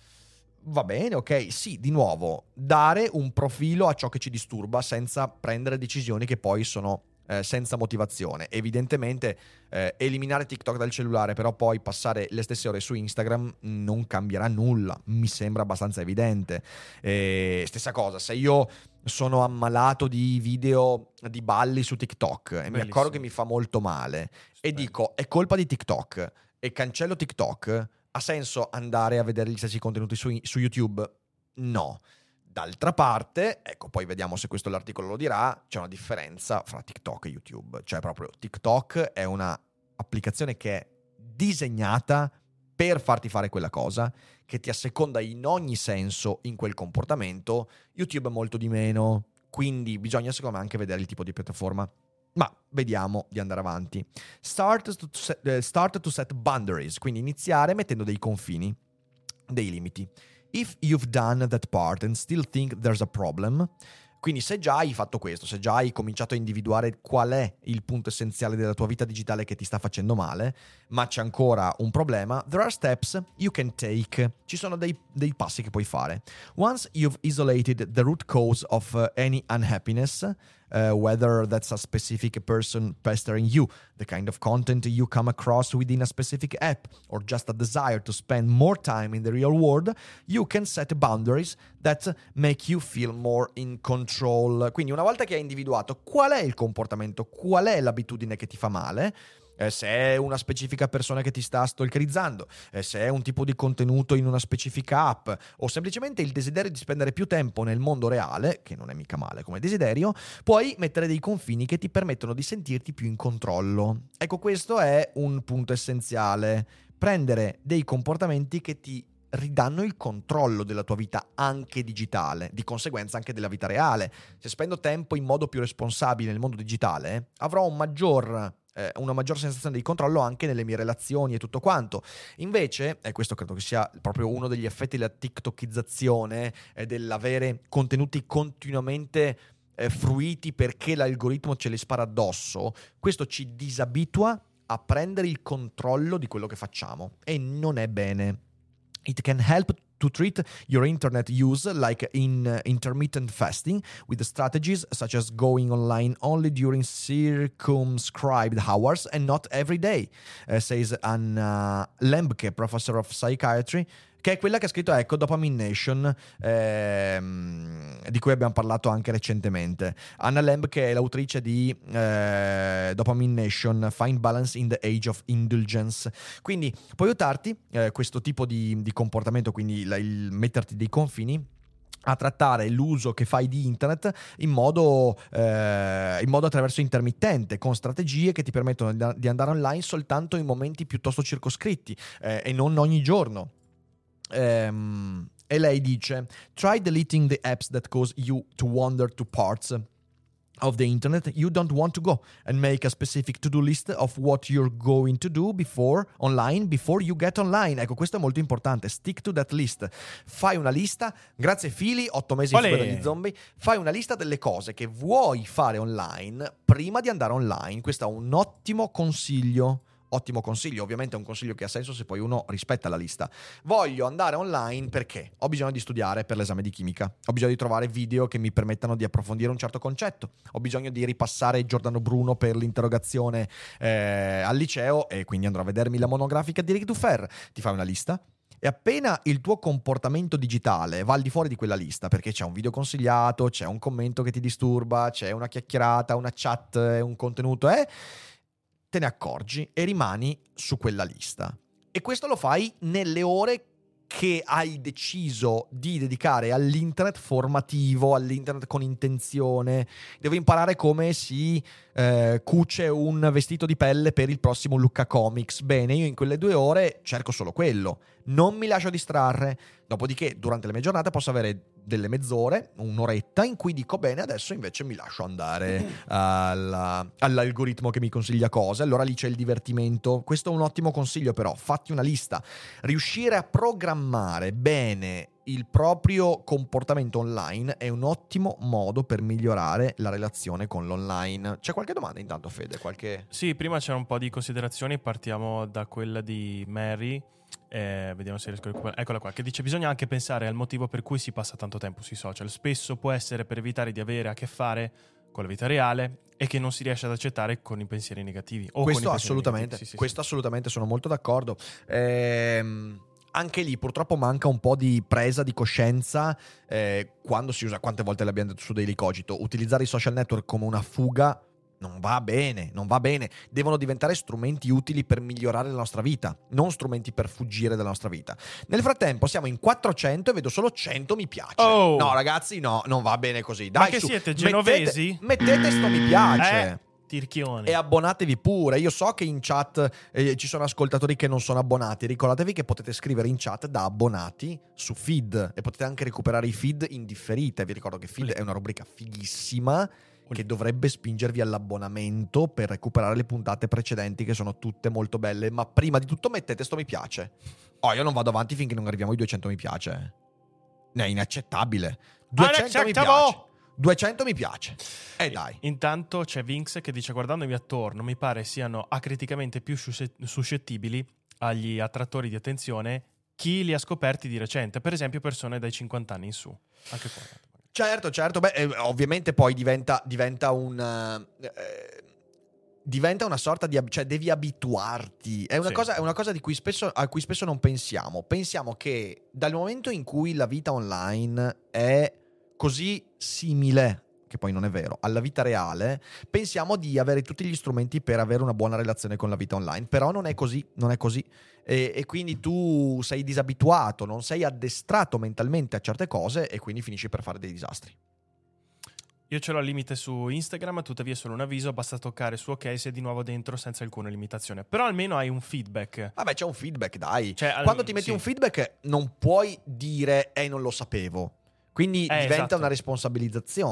Va bene, ok, sì, di nuovo, dare un profilo a ciò che ci disturba senza prendere decisioni che poi sono eh, senza motivazione. Evidentemente eh, eliminare TikTok dal cellulare, però poi passare le stesse ore su Instagram non cambierà nulla, mi sembra abbastanza evidente. E stessa cosa, se io sono ammalato di video di balli su TikTok e Bellissimo. mi accorgo che mi fa molto male Spero. e dico è colpa di TikTok e cancello TikTok, ha senso andare a vedere gli stessi contenuti su, su YouTube? No. D'altra parte, ecco, poi vediamo se questo l'articolo lo dirà, c'è una differenza fra TikTok e YouTube. Cioè proprio TikTok è una applicazione che è disegnata per farti fare quella cosa, che ti asseconda in ogni senso in quel comportamento. YouTube è molto di meno, quindi bisogna secondo me anche vedere il tipo di piattaforma. Ma vediamo di andare avanti. Start to set, uh, start to set boundaries, quindi iniziare mettendo dei confini, dei limiti. If you've done that part and still think there's a problem, quindi se già hai fatto questo, se già hai cominciato a individuare qual è il punto essenziale della tua vita digitale che ti sta facendo male, ma c'è ancora un problema, there are steps you can take. Ci sono dei, dei passi che puoi fare. Once you've isolated the root cause of uh, any unhappiness, uh, whether that's a specific person pestering you, the kind of content you come across within a specific app, or just a desire to spend more time in the real world, you can set boundaries that make you feel more in control. Quindi una volta che hai individuato qual è il comportamento, qual è l'abitudine che ti fa male, eh, se è una specifica persona che ti sta stalkerizzando, eh, se è un tipo di contenuto in una specifica app, o semplicemente il desiderio di spendere più tempo nel mondo reale, che non è mica male come desiderio, puoi mettere dei confini che ti permettono di sentirti più in controllo. Ecco, questo è un punto essenziale. Prendere dei comportamenti che ti ridanno il controllo della tua vita anche digitale, di conseguenza anche della vita reale. Se spendo tempo in modo più responsabile nel mondo digitale, avrò un maggior eh, una maggior sensazione di controllo anche nelle mie relazioni e tutto quanto. Invece, e questo credo che sia proprio uno degli effetti della tiktokizzazione, è dell'avere contenuti continuamente eh, fruiti perché l'algoritmo ce li spara addosso, questo ci disabitua a prendere il controllo di quello che facciamo e non è bene. It can help to treat your internet use like in uh, intermittent fasting with strategies such as going online only during circumscribed hours and not every day, uh, says Anna Lembke, professor of psychiatry, che è quella che ha scritto, ecco, Dopamine Nation, ehm, di cui abbiamo parlato anche recentemente. Anna Lembke è l'autrice di eh, Dopamine Nation, Find Balance in the Age of Indulgence. Quindi può aiutarti eh, questo tipo di, di comportamento, quindi la, il metterti dei confini, a trattare l'uso che fai di internet in modo, eh, in modo attraverso intermittente, con strategie che ti permettono di, di andare online soltanto in momenti piuttosto circoscritti eh, e non ogni giorno. Um, e lei dice: try deleting the apps that cause you to wander to parts of the internet you don't want to go and make a specific to-do list of what you're going to do before online before you get online. Ecco, questo è molto importante. Stick to that list. Fai una lista, grazie Fili, otto mesi in fuga dagli zombie. Fai una lista delle cose che vuoi fare online prima di andare online. Questo è un ottimo consiglio. Ottimo consiglio, ovviamente è un consiglio che ha senso se poi uno rispetta la lista. Voglio andare online perché ho bisogno di studiare per l'esame di chimica, ho bisogno di trovare video che mi permettano di approfondire un certo concetto, ho bisogno di ripassare Giordano Bruno per l'interrogazione eh, al liceo e quindi andrò a vedermi la monografica di Ric Dufer. Ti fai una lista e appena il tuo comportamento digitale va al di fuori di quella lista, perché c'è un video consigliato, c'è un commento che ti disturba, c'è una chiacchierata, una chat, un contenuto, eh te ne accorgi e rimani su quella lista. E questo lo fai nelle ore che hai deciso di dedicare all'internet formativo, all'internet con intenzione. Devo imparare come si eh, cuce un vestito di pelle per il prossimo Lucca Comics. Bene, io in quelle due ore cerco solo quello. Non mi lascio distrarre. Dopodiché, durante la mia giornata posso avere delle mezz'ore, un'oretta, in cui dico bene, adesso invece mi lascio andare alla, all'algoritmo che mi consiglia cose. Allora lì c'è il divertimento. Questo è un ottimo consiglio, però. Fatti una lista. Riuscire a programmare bene il proprio comportamento online è un ottimo modo per migliorare la relazione con l'online. C'è qualche domanda intanto, Fede? Qualche... Sì, prima c'era un po' di considerazioni, partiamo da quella di Mary. Eh, vediamo se riesco a recuperare. Eccola qua, che dice: bisogna anche pensare al motivo per cui si passa tanto tempo sui social. Spesso può essere per evitare di avere a che fare con la vita reale e che non si riesce ad accettare con i pensieri negativi. O questo con i assolutamente, negativi. Sì, sì, questo sì. assolutamente, sono molto d'accordo. Ehm... Anche lì purtroppo manca un po' di presa di coscienza eh, quando si usa, quante volte l'abbiamo detto su Daily Cogito, utilizzare i social network come una fuga non va bene, non va bene. Devono diventare strumenti utili per migliorare la nostra vita, non strumenti per fuggire dalla nostra vita. Nel frattempo siamo in quattrocento e vedo solo cento mi piace. Oh. No ragazzi, no, non va bene così. Dai, Ma che su, siete genovesi? Mettete, mettete sto mi piace. Eh. Tirchioni. E abbonatevi pure. Io so che in chat eh, ci sono ascoltatori che non sono abbonati. Ricordatevi che potete scrivere in chat da abbonati su feed e potete anche recuperare i feed in differita. Vi ricordo che feed Olè. è una rubrica fighissima Olè. che dovrebbe spingervi all'abbonamento per recuperare le puntate precedenti, che sono tutte molto belle. Ma prima di tutto mettete sto mi piace. Oh, io non vado avanti finché non arriviamo ai duecento mi piace. È inaccettabile. duecento mi piace. duecento mi piace. E eh dai. Intanto c'è Vinx che dice: guardandomi attorno mi pare siano acriticamente più suscettibili agli attrattori di attenzione chi li ha scoperti di recente, per esempio persone dai cinquanta anni in su. Anche qua. Certo, certo. Beh, eh, ovviamente poi diventa, diventa un... Eh, diventa una sorta di... cioè devi abituarti. È una, Sì. cosa, è una cosa di cui spesso, a cui spesso non pensiamo. Pensiamo che dal momento in cui la vita online è così simile, che poi non è vero, alla vita reale, pensiamo di avere tutti gli strumenti per avere una buona relazione con la vita online, però non è così, non è così. E, e quindi tu sei disabituato, non sei addestrato mentalmente a certe cose e quindi finisci per fare dei disastri. Io ce l'ho al limite su Instagram, tuttavia è solo un avviso, basta toccare su ok se è di nuovo dentro senza alcuna limitazione. Però almeno hai un feedback. Vabbè, c'è un feedback, dai. Cioè, al- Quando ti metti sì. un feedback non puoi dire eh non lo sapevo. Quindi Eh, diventa esatto. una responsabilizzazione.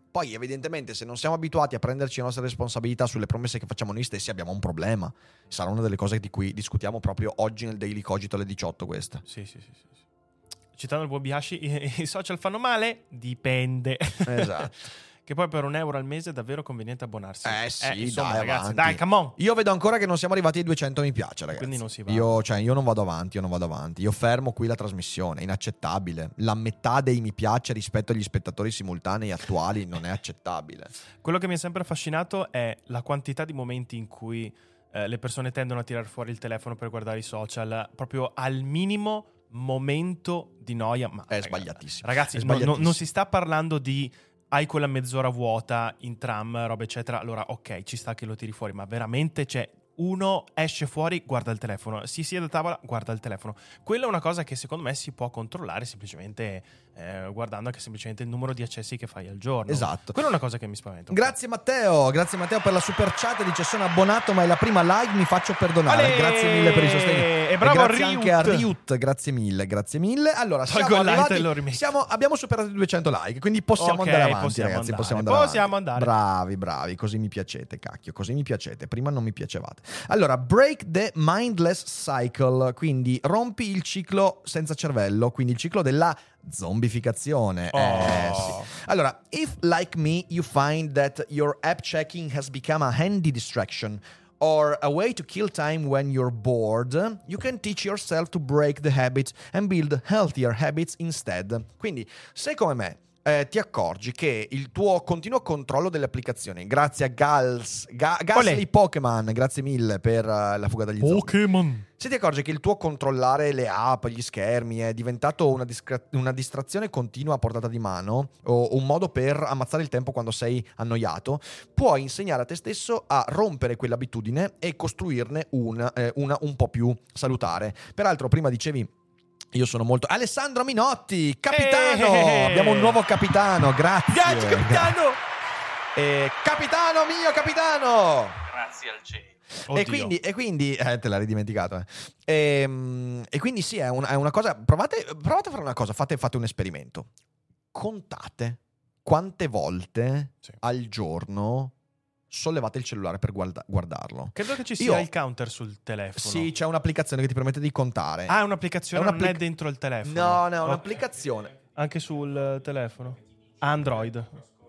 Poi evidentemente se non siamo abituati a prenderci le nostre responsabilità sulle promesse che facciamo noi stessi abbiamo un problema. Sarà una delle cose di cui discutiamo proprio oggi nel Daily Cogito alle diciotto questa. Sì, sì, sì, sì. Citando il buon Biashi, i, i social fanno male? Dipende. Esatto. Che poi per un euro al mese è davvero conveniente abbonarsi. Eh sì, eh, insomma, dai, ragazzi, avanti. dai, come on. Io vedo ancora che non siamo arrivati ai duecento mi piace, ragazzi. Quindi non si va. Io, cioè, io non vado avanti, io non vado avanti. Io fermo qui la trasmissione, inaccettabile. La metà dei mi piace rispetto agli spettatori simultanei attuali non è accettabile. Quello che mi ha sempre affascinato è la quantità di momenti in cui eh, le persone tendono a tirar fuori il telefono per guardare i social, proprio al minimo momento di noia. Ma, È ragazzi, sbagliatissimo. Ragazzi, È no, no, sbagliatissimo. non si sta parlando di hai quella mezz'ora vuota in tram, roba eccetera, allora ok, ci sta che lo tiri fuori, ma veramente c'è uno esce fuori, guarda il telefono, si siede a tavola, guarda il telefono. Quella è una cosa che secondo me si può controllare semplicemente eh, guardando anche semplicemente il numero di accessi che fai al giorno. Esatto. Quella è una cosa che mi spaventa. Grazie Matteo, grazie Matteo per la super chat, dice sono abbonato ma è la prima live, mi faccio perdonare. Ale! Grazie mille per il sostegno. E bravo grazie Riut. anche a Riut, grazie mille, grazie mille. Allora, Tolgo siamo il like arrivati, e lo rimetto. siamo, abbiamo superato i duecento like, quindi possiamo Ok, andare avanti possiamo ragazzi, andare, possiamo andare possiamo avanti. andare. Bravi, bravi, così mi piacete, cacchio, così mi piacete. Prima non mi piacevate. Allora, break the mindless cycle, quindi rompi il ciclo senza cervello, quindi il ciclo della zombificazione. Oh. Eh, sì. Allora, if like me you find that your app checking has become a handy distraction or a way to kill time when you're bored, you can teach yourself to break the habit and build healthier habits instead. Quindi, se come me eh, ti accorgi che il tuo continuo controllo delle applicazioni, grazie a Gals, Ga, Gasly Pokémon, grazie mille per uh, la fuga dagli zombie. Pokémon. Se ti accorgi che il tuo controllare le app, gli schermi è diventato una, discra- una distrazione continua a portata di mano o un modo per ammazzare il tempo quando sei annoiato, puoi insegnare a te stesso a rompere quell'abitudine e costruirne una, eh, una un po' più salutare. Peraltro prima dicevi io sono molto... Alessandro Minotti, capitano! Eh. Abbiamo un nuovo capitano, grazie! Grazie capitano! Eh, capitano mio, capitano! Grazie al cielo. E quindi, e quindi eh, te l'hai ridimenticato eh. e, e quindi sì, è, un, è una cosa. Provate, provate a fare una cosa, fate, fate un esperimento. Contate quante volte Sì. al giorno sollevate il cellulare per guarda- guardarlo. Credo che ci Io- sia il counter sul telefono. Sì, c'è un'applicazione che ti permette di contare. Ah, è un'applicazione, È non è un'applic- dentro il telefono. No, no, è Ok. un'applicazione. Anche sul eh, telefono. Android.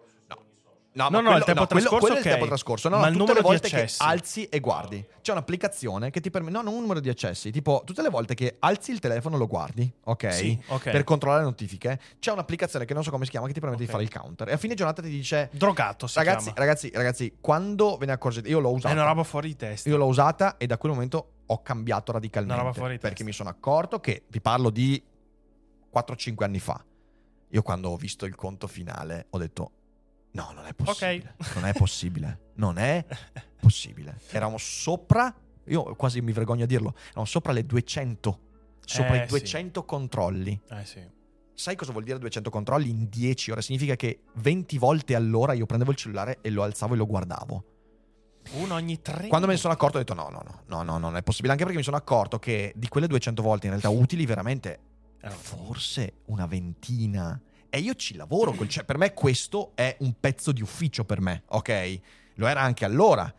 No, No, ma no, il tempo quello, trascorso, quello è il ok. tempo trascorso. No, Ma no, il tutte numero le di volte che accessi. alzi e guardi. C'è un'applicazione che ti permette. No, non un numero di accessi. Tipo, tutte le volte che alzi il telefono lo guardi, ok? Sì, ok. Per controllare le notifiche. C'è un'applicazione che non so come si chiama che ti permette Ok. di fare il counter. E a fine giornata ti dice. Drogato si Ragazzi, chiama. ragazzi, ragazzi, quando ve ne accorgete? Io l'ho È usata. una roba fuori di testa. Io l'ho usata e da quel momento ho cambiato radicalmente. Una roba fuori di Perché testa. mi sono accorto che vi parlo di quattro cinque anni fa. Io quando ho visto il conto finale ho detto no, non è possibile. Ok. Non è possibile. Non è possibile. Eravamo sopra, io quasi mi vergogno a dirlo, eravamo sopra le duecento. Sopra Eh, i duecento controlli. Eh sì. Sai cosa vuol dire duecento controlli in dieci ore? Significa che venti volte all'ora io prendevo il cellulare e lo alzavo e lo guardavo. Uno ogni tre. Quando me ne sono accorto ho detto no, no, no, no, no, non è possibile. Anche perché mi sono accorto che di quelle duecento volte in realtà utili veramente Erano forse una ventina. E io ci lavoro col cioè, per me questo è un pezzo di ufficio per me, ok? Lo era anche allora.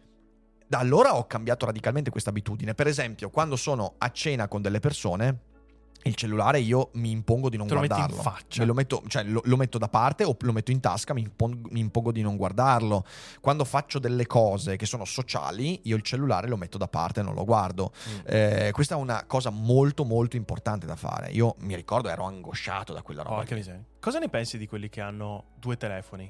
Da allora ho cambiato radicalmente questa abitudine. Per esempio, quando sono a cena con delle persone, il cellulare io mi impongo di non Te lo metti in guardarlo. faccia. Me lo metto, cioè, lo, lo metto da parte o lo metto in tasca, mi impongo, mi impongo di non guardarlo. Quando faccio delle cose che sono sociali, io il cellulare lo metto da parte e non lo guardo. Mm. Eh, questa è una cosa molto molto importante da fare. Io mi ricordo ero angosciato da quella roba. Porca lì. miseria. Cosa ne pensi di quelli che hanno due telefoni?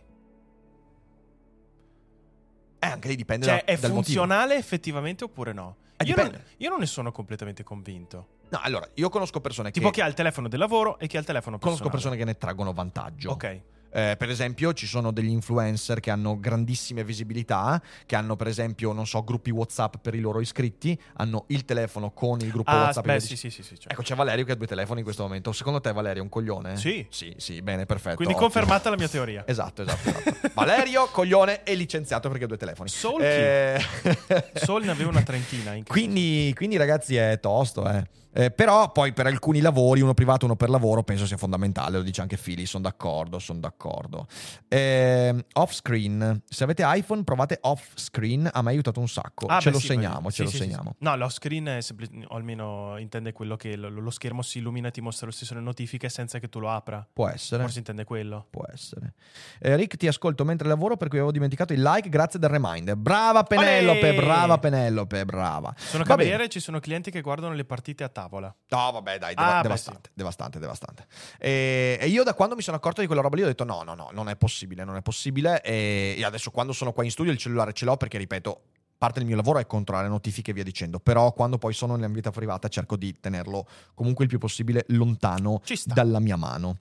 Eh, anche lì dipende Cioè, da, è dal funzionale effettivamente oppure no? Eh, Io non, dipende. io non ne sono completamente convinto. motivo. No, allora, io conosco persone Tipo che chi ha il telefono del lavoro e chi ha il telefono conosco personale. persone che ne traggono vantaggio. Ok. Eh, per esempio, ci sono degli influencer che hanno grandissime visibilità, che hanno, per esempio, non so, gruppi WhatsApp per i loro iscritti, hanno il telefono con il gruppo Ah, WhatsApp. beh, e sì, sì, sì, sì, certo. Ecco, c'è Valerio che ha due telefoni in questo momento. Secondo te Valerio è un coglione? Sì. Sì, sì, bene, perfetto. Quindi ottimo. confermata la mia teoria. Esatto, esatto, esatto. Valerio, coglione, e licenziato perché ha due telefoni. Soul Eh, Sol ne aveva una trentina. In che quindi, quindi, ragazzi, è tosto, eh. Eh, però poi per alcuni lavori, uno privato, uno per lavoro, penso sia fondamentale, lo dice anche Fili, sono d'accordo, sono d'accordo. Eh, off screen, se avete iPhone provate off screen, a me ha aiutato un sacco, Ah, ce beh, lo sì, segniamo, sì, ce lo sì, segniamo. Sì, sì. No, l'off screen è semplice, o almeno intende quello che lo, lo schermo si illumina e ti mostra lo stesso le notifiche senza che tu lo apra. Può essere. Forse intende quello. Può essere. Eh, Rick, ti ascolto mentre lavoro per cui avevo dimenticato il like, grazie del reminder. Brava Penelope, Olè! brava Penelope, brava. Sono Va cameriere bene. e ci sono clienti che guardano le partite a tavola. No, vabbè, dai, deva- Ah, beh, devastante, sì. devastante, devastante. E, e io da quando mi sono accorto di quella roba lì ho detto no, no, no, non è possibile, non è possibile. E, e adesso quando sono qua in studio il cellulare ce l'ho perché, ripeto, parte del mio lavoro è controllare notifiche e via dicendo, però quando poi sono nella vita privata cerco di tenerlo comunque il più possibile lontano Ci sta. dalla mia mano.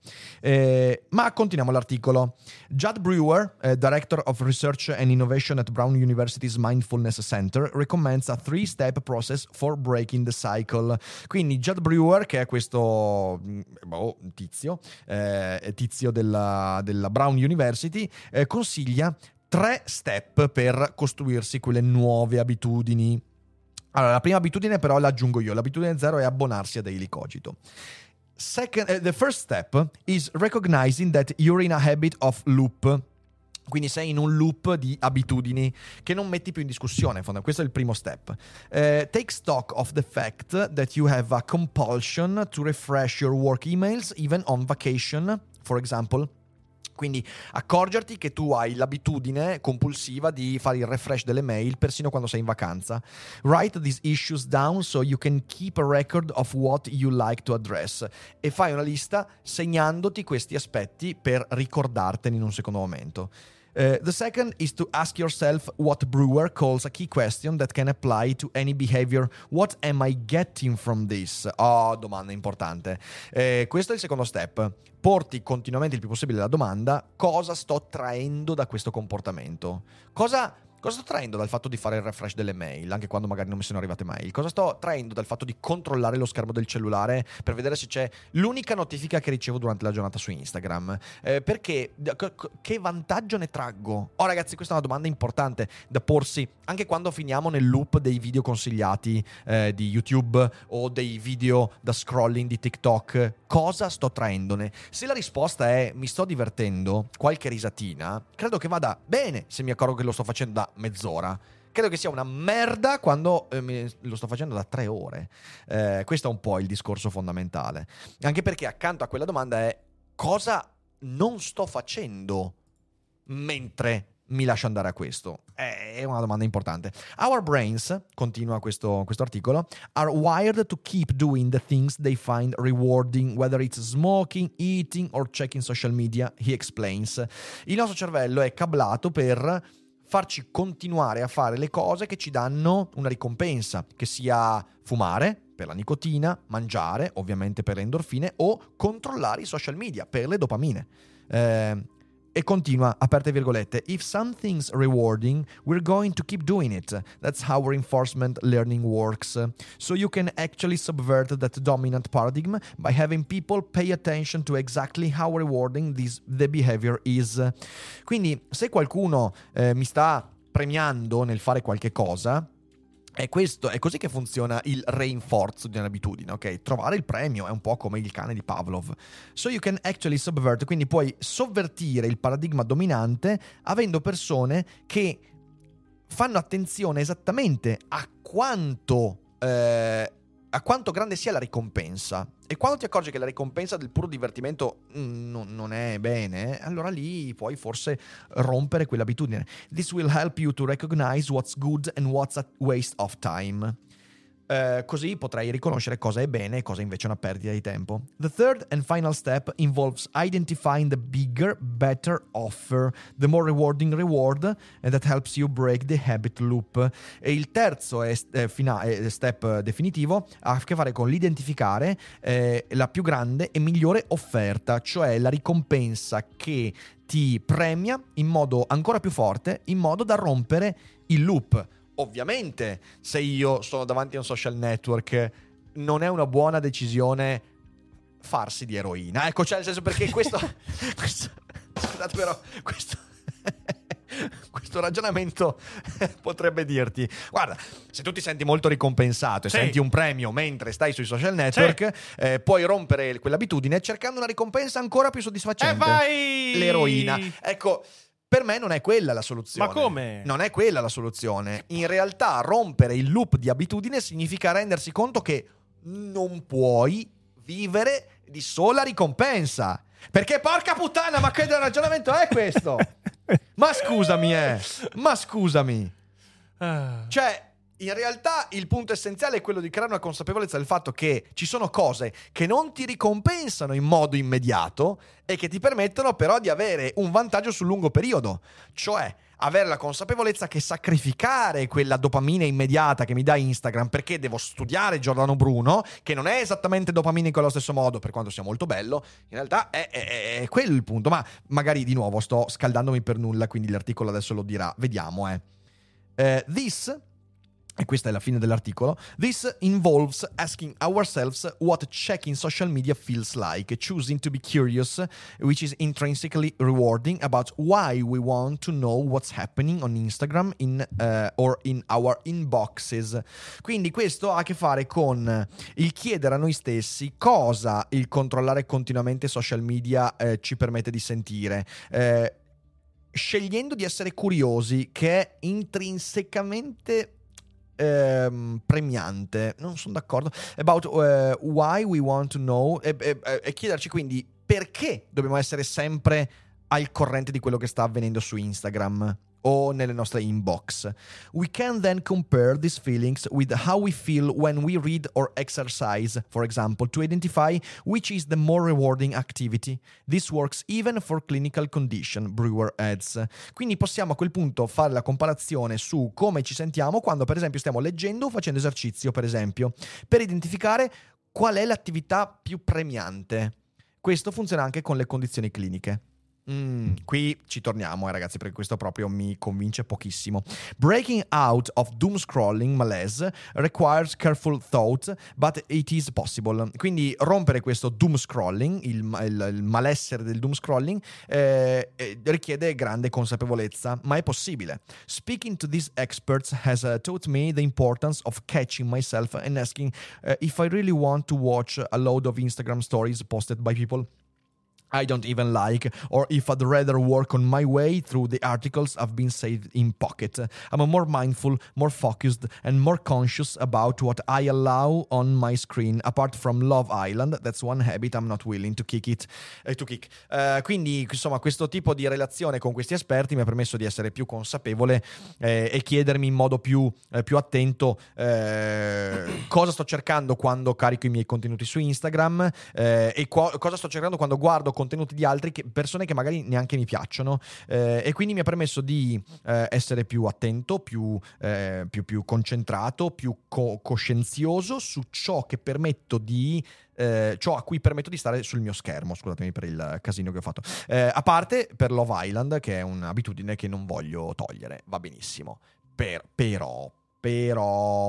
Eh, ma continuiamo l'articolo. Judd Brewer, eh, Director of Research and Innovation at Brown University's Mindfulness Center, recommends a three-step process for breaking the cycle. Quindi Judd Brewer, che è questo boh, tizio, eh, tizio della, della Brown University, eh, consiglia tre step per costruirsi quelle nuove abitudini. Allora, la prima abitudine però l'aggiungo io. L'abitudine zero è abbonarsi a Daily Cogito. Second, uh, the first step is recognizing that you're in a habit of loop. Quindi sei in un loop di abitudini che non metti più in discussione. Questo è il primo step. Uh, take stock of the fact that you have a compulsion to refresh your work emails even on vacation, for example. Quindi accorgerti che tu hai l'abitudine compulsiva di fare il refresh delle mail persino quando sei in vacanza. Write these issues down so you can keep a record of what you like to address. E fai una lista segnandoti questi aspetti per ricordartene in un secondo momento. Uh, the second is to ask yourself what Brewer calls a key question that can apply to any behavior. What am I getting from this? Oh, domanda importante. Uh, questo è il secondo step. Porti continuamente il più possibile la domanda: cosa sto traendo da questo comportamento? Cosa... Cosa sto traendo dal fatto di fare il refresh delle mail, anche quando magari non mi sono arrivate mail? Cosa sto traendo dal fatto di controllare lo schermo del cellulare per vedere se c'è l'unica notifica che ricevo durante la giornata su Instagram? Eh, perché? Che vantaggio ne traggo? Oh ragazzi, questa è una domanda importante da porsi anche quando finiamo nel loop dei video consigliati eh, di YouTube o dei video da scrolling di TikTok. Cosa sto traendone? Se la risposta è mi sto divertendo, qualche risatina, credo che vada bene se mi accorgo che lo sto facendo da mezz'ora. Credo che sia una merda quando eh, mi, lo sto facendo da tre ore. Eh, questo è un po' il discorso fondamentale. Anche perché accanto a quella domanda è: cosa non sto facendo mentre mi lascio andare a questo? È una domanda importante. Our brains, continua questo, questo articolo, are wired to keep doing the things they find rewarding, whether it's smoking, eating or checking social media, he explains. Il nostro cervello è cablato per farci continuare a fare le cose che ci danno una ricompensa, che sia fumare per la nicotina, mangiare ovviamente per le endorfine o controllare i social media per le dopamine. Eh, e continua, aperte virgolette, if something's rewarding, we're going to keep doing it. That's how reinforcement learning works. So you can actually subvert that dominant paradigm by having people pay attention to exactly how rewarding this, the behavior is. Quindi se qualcuno eh, mi sta premiando nel fare qualche cosa, è questo, è così che funziona il reinforzo di un'abitudine, ok? Trovare il premio è un po' come il cane di Pavlov. So you can actually subvert, quindi puoi sovvertire il paradigma dominante avendo persone che fanno attenzione esattamente a quanto eh, a quanto grande sia la ricompensa. E quando ti accorgi che la ricompensa del puro divertimento mm, non, non è bene, allora lì puoi forse rompere quell'abitudine. This will help you to recognize what's good and what's a waste of time. Uh, così potrai riconoscere cosa è bene e cosa invece è una perdita di tempo. The third and final step involves identifying the bigger, better offer, the more rewarding reward, and that helps you break the habit loop. E il terzo è, è fina- è step definitivo ha a che fare con l'identificare eh, la più grande e migliore offerta, cioè la ricompensa che ti premia in modo ancora più forte, in modo da rompere il loop. Ovviamente, se io sono davanti a un social network, non è una buona decisione farsi di eroina. Ecco, cioè nel senso, perché questo... questo scusate però, questo... questo ragionamento potrebbe dirti: guarda, se tu ti senti molto ricompensato e sì. senti un premio mentre stai sui social network, sì. eh, puoi rompere quell'abitudine cercando una ricompensa ancora più soddisfacente. E vai! L'eroina. Ecco, per me non è quella la soluzione. Ma come? Non è quella la soluzione. In realtà rompere il loop di abitudine significa rendersi conto che non puoi vivere di sola ricompensa. Perché porca puttana, ma che ragionamento è questo? Ma scusami, eh. Ma scusami. Cioè, in realtà il punto essenziale è quello di creare una consapevolezza del fatto che ci sono cose che non ti ricompensano in modo immediato e che ti permettono però di avere un vantaggio sul lungo periodo. Cioè, avere la consapevolezza che sacrificare quella dopamina immediata che mi dà Instagram perché devo studiare Giordano Bruno, che non è esattamente dopaminico allo stesso modo, per quanto sia molto bello, in realtà è, è, è quello il punto. Ma magari di nuovo sto scaldandomi per nulla, quindi l'articolo adesso lo dirà. Vediamo, eh. Uh, this... E questa è la fine dell'articolo. This involves asking ourselves what checking social media feels like, choosing to be curious, which is intrinsically rewarding, about why we want to know what's happening on Instagram in, uh, or in our inboxes. Quindi questo ha a che fare con il chiedere a noi stessi cosa il controllare continuamente social media eh, ci permette di sentire. Eh, scegliendo di essere curiosi, che è intrinsecamente Ehm, premiante, non sono d'accordo. About uh, why we want to know, e, e, e chiederci quindi perché dobbiamo essere sempre al corrente di quello che sta avvenendo su Instagram o nelle nostre inbox. We can then compare these feelings with how we feel when we read or exercise, for example, to identify which is the more rewarding activity. This works even for clinical condition, Brewer adds. Quindi possiamo a quel punto fare la comparazione su come ci sentiamo quando, per esempio, stiamo leggendo o facendo esercizio, per esempio, per identificare qual è l'attività più premiante. Questo funziona anche con le condizioni cliniche. Mm, qui ci torniamo, eh, ragazzi, perché questo proprio mi convince pochissimo. Breaking out of doom scrolling malaise requires careful thought, but it is possible. Quindi rompere questo doom scrolling, il, il, il malessere del doom scrolling, eh, eh, richiede grande consapevolezza, ma è possibile. Speaking to these experts has uh, taught me the importance of catching myself and asking uh, if I really want to watch a load of Instagram stories posted by people I don't even like, or if I'd rather work on my way through the articles I've been saved in pocket. I'm more mindful, more focused, and more conscious about what I allow on my screen. Apart from Love Island, that's one habit I'm not willing to kick it. Eh, to kick. Uh, quindi, insomma, questo tipo di relazione con questi esperti mi ha permesso di essere più consapevole eh, e chiedermi in modo più, eh, più attento eh, cosa sto cercando quando carico i miei contenuti su Instagram eh, e co- cosa sto cercando quando guardo contenuti di altri, che, persone che magari neanche mi piacciono, eh, e quindi mi ha permesso di eh, essere più attento, più, eh, più, più concentrato, più co- coscienzioso su ciò che permetto di eh, ciò a cui permetto di stare sul mio schermo. Scusatemi per il casino che ho fatto, eh, a parte per Love Island, che è un'abitudine che non voglio togliere, va benissimo, per, però però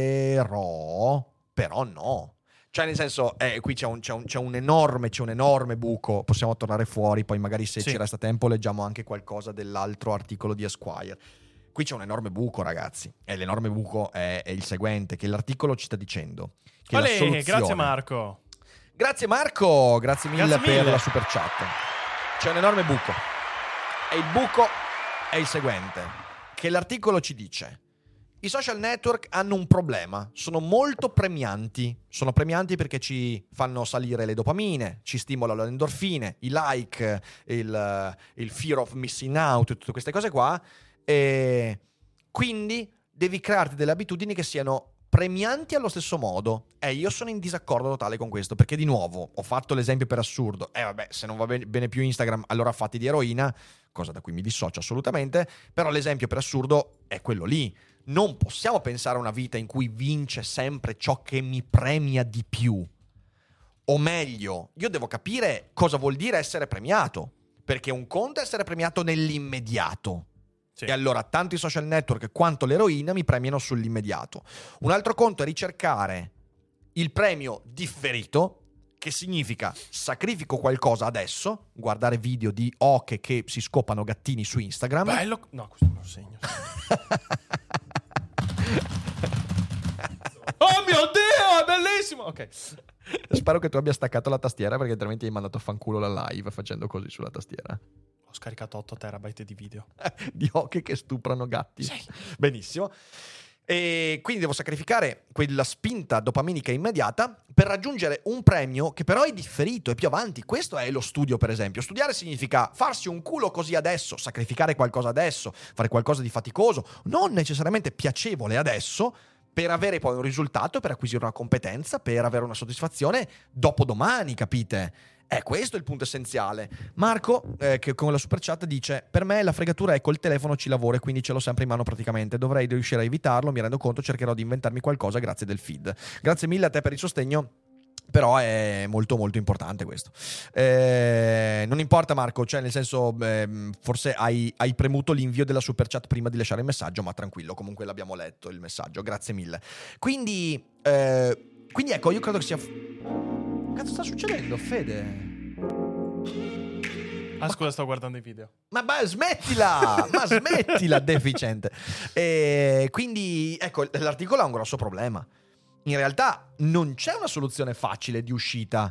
però però no. Cioè, nel senso, eh, qui c'è un, c'è, un, c'è un enorme c'è un enorme buco. Possiamo tornare fuori, poi magari se sì. ci resta tempo leggiamo anche qualcosa dell'altro articolo di Esquire. Qui c'è un enorme buco, ragazzi, e l'enorme buco è, è il seguente, che l'articolo ci sta dicendo che Olè, la soluzione... grazie Marco. Grazie Marco, grazie mille, grazie mille per la super chat. C'è un enorme buco, e il buco è il seguente, che l'articolo ci dice: i social network hanno un problema, sono molto premianti, sono premianti perché ci fanno salire le dopamine, ci stimolano le endorfine, i like, il, il fear of missing out, tutte queste cose qua, e quindi devi crearti delle abitudini che siano premianti allo stesso modo. E io sono in disaccordo totale con questo, perché di nuovo ho fatto l'esempio per assurdo, e eh, vabbè, se non va bene più Instagram allora fatti di eroina, cosa da cui mi dissocio assolutamente, però l'esempio per assurdo è quello lì. Non possiamo pensare a una vita in cui vince sempre ciò che mi premia di più. O meglio, io devo capire cosa vuol dire essere premiato, perché un conto è essere premiato nell'immediato. Sì. E allora tanto i social network quanto l'eroina mi premiano sull'immediato. Un altro conto è ricercare il premio differito, che significa sacrifico qualcosa adesso, guardare video di oche che si scopano gattini su Instagram. Bello. No, questo me lo segno. Oh mio Dio, è bellissimo. Ok. Spero che tu abbia staccato la tastiera, perché altrimenti hai mandato a fanculo la live facendo così sulla tastiera. Ho scaricato otto terabyte di video. Di oche che stuprano gatti. Sì. Benissimo. E quindi devo sacrificare quella spinta dopaminica immediata per raggiungere un premio che però è differito, è più avanti. Questo è lo studio, per esempio. Studiare significa farsi un culo così adesso, sacrificare qualcosa adesso, fare qualcosa di faticoso, non necessariamente piacevole adesso, per avere poi un risultato, per acquisire una competenza, per avere una soddisfazione dopodomani, capite? È questo il punto essenziale. Marco, eh, che con la super chat dice: per me la fregatura è col telefono ci lavoro e quindi ce l'ho sempre in mano praticamente. Dovrei riuscire a evitarlo, mi rendo conto, cercherò di inventarmi qualcosa grazie del feed. Grazie mille a te per il sostegno. Però è molto molto importante questo. Eh, non importa Marco, cioè nel senso eh, forse hai, hai premuto l'invio della super chat prima di lasciare il messaggio, ma tranquillo, comunque l'abbiamo letto il messaggio, grazie mille. Quindi, eh, quindi ecco, io credo che sia... Che cazzo sta succedendo, Fede? Ah, ma... scusa, sto guardando i video. Ma, ma smettila, ma smettila, deficiente. E quindi, ecco, l'articolo ha un grosso problema. In realtà non c'è una soluzione facile di uscita.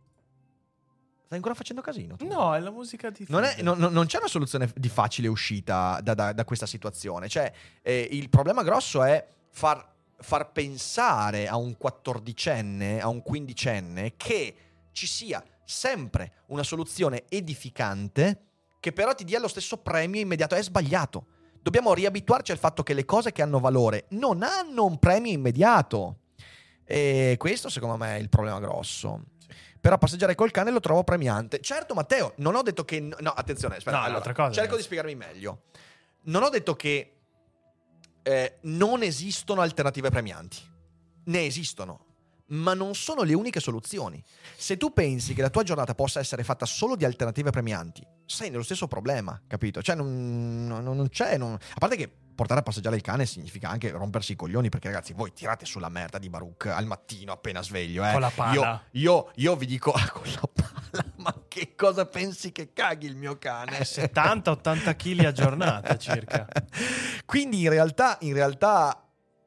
Stai ancora facendo casino? Tu? No, è la musica di... Non, è, non, non c'è una soluzione di facile uscita da, da, da questa situazione. Cioè, eh, il problema grosso è far, far pensare a un quattordicenne, a un quindicenne, che ci sia sempre una soluzione edificante che però ti dia lo stesso premio immediato. È sbagliato. Dobbiamo riabituarci al fatto che le cose che hanno valore non hanno un premio immediato. E questo secondo me è il problema grosso. Sì. Però passeggiare col cane lo trovo premiante. Certo Matteo, non ho detto che... No, attenzione, aspetta, no, allora, cosa, cerco di spiegarmi meglio. Non ho detto che eh, non esistono alternative premianti. Ne esistono, ma non sono le uniche soluzioni. Se tu pensi che la tua giornata possa essere fatta solo di alternative premianti, sei nello stesso problema, capito? Cioè non, non, non c'è... Non... A parte che portare a passeggiare il cane significa anche rompersi i coglioni, perché ragazzi, voi tirate sulla merda di Baruch al mattino appena sveglio, eh. Con la pala. Io, io, io vi dico, con la pala, ma che cosa pensi che caghi il mio cane? settanta ottanta chili a giornata circa. Quindi in realtà, in realtà...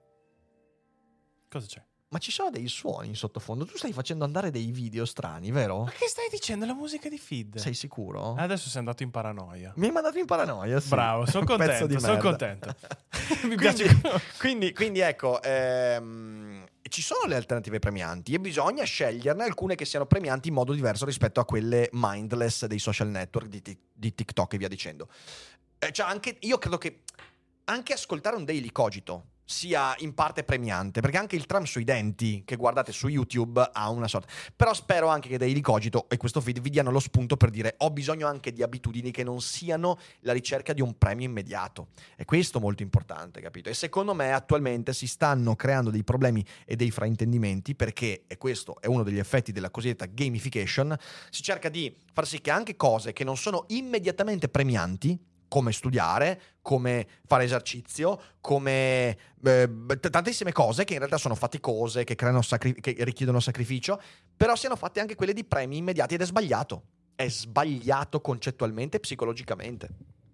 Cosa c'è? Ma ci sono dei suoni in sottofondo. Tu stai facendo andare dei video strani, vero? Ma che stai dicendo? La musica di feed. Sei sicuro? Adesso sei andato in paranoia. Mi hai mandato in paranoia, sì. Bravo, sono contento, sono contento. Mi quindi, piace. quindi, quindi ecco, ehm, ci sono le alternative premianti e bisogna sceglierne alcune che siano premianti in modo diverso rispetto a quelle mindless dei social network, di, di TikTok e via dicendo. Eh, cioè anche, io credo che anche ascoltare un Daily Cogito sia in parte premiante, perché anche il tram sui denti che guardate su YouTube ha una sorta. Però spero anche che Daily Cogito e questo feed vi diano lo spunto per dire: ho bisogno anche di abitudini che non siano la ricerca di un premio immediato. E questo molto importante, capito? E secondo me attualmente si stanno creando dei problemi e dei fraintendimenti, perché, e questo è uno degli effetti della cosiddetta gamification, si cerca di far sì che anche cose che non sono immediatamente premianti, come studiare, come fare esercizio, come eh, tantissime cose che in realtà sono faticose, che creano sacri- che richiedono sacrificio, però siano fatte anche quelle di premi immediati, ed è sbagliato. È sbagliato concettualmente e psicologicamente.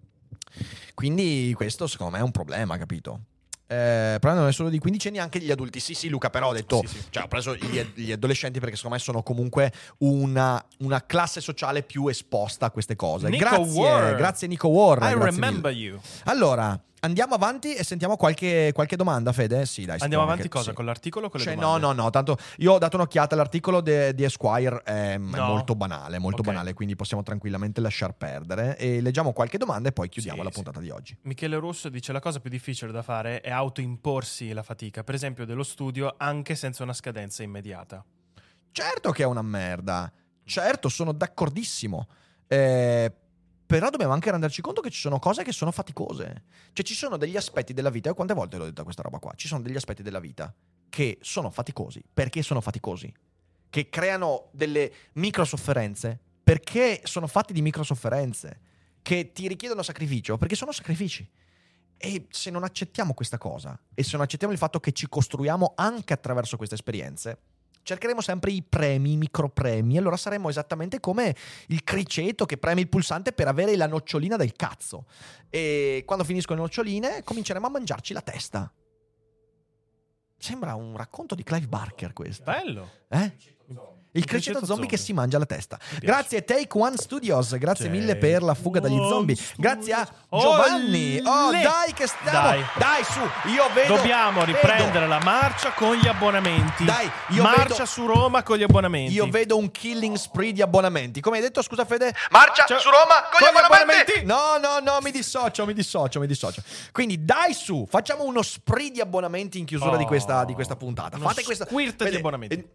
Quindi questo secondo me è un problema, capito? Eh, però non è solo di quindicenni, anche gli adulti. Sì, sì, Luca, però ho detto, sì, sì. Cioè, ho preso gli, gli adolescenti perché secondo me sono comunque una, una classe sociale più esposta a queste cose. Nico grazie, War. grazie Nico War. I grazie remember mille. you. Allora, andiamo avanti e sentiamo qualche, qualche domanda, Fede? Sì, dai. Andiamo avanti che, cosa? sì. Con l'articolo o con le cioè, domande? No, no, no, tanto io ho dato un'occhiata all'articolo de, di Esquire, è, No. è molto banale, molto Okay. banale, quindi possiamo tranquillamente lasciar perdere e leggiamo qualche domanda e poi chiudiamo Sì, la sì. puntata di oggi. Michele Russo dice: la cosa più difficile da fare è autoimporsi la fatica, per esempio dello studio, anche senza una scadenza immediata. Certo che è una merda, certo, sono d'accordissimo, eh, però dobbiamo anche renderci conto che ci sono cose che sono faticose. Cioè ci sono degli aspetti della vita, e quante volte l'ho detta questa roba qua, ci sono degli aspetti della vita che sono faticosi. Perché sono faticosi? Che creano delle micro sofferenze perché sono fatti di micro sofferenze, che ti richiedono sacrificio perché sono sacrifici. E se non accettiamo questa cosa, e se non accettiamo il fatto che ci costruiamo anche attraverso queste esperienze, cercheremo sempre i premi, i micropremi. Allora saremo esattamente come il criceto che preme il pulsante per avere la nocciolina del cazzo. E quando finiscono le noccioline cominceremo a mangiarci la testa. Sembra un racconto di Clive Barker questo. Bello. Eh? Il criceto zombie che si mangia la testa. Grazie a Take One Studios, grazie Take mille per la fuga dagli zombie. Grazie a Giovanni. Oh, Olè. dai che stiamo. Dai. Dai su, io vedo. Dobbiamo riprendere vedo, la marcia con gli abbonamenti. Dai, io marcia vedo- su Roma con gli abbonamenti. Io vedo un killing spree di abbonamenti. Come hai detto, scusa Fede? Marcia Cioè, su Roma con, con gli gli abbonamenti. abbonamenti. No, no, no, mi dissocio, mi dissocio, mi dissocio. Quindi dai su, facciamo uno spree di abbonamenti in chiusura Oh, di questa di questa puntata. uno Fate questa squirt di Fede, abbonamenti. eh,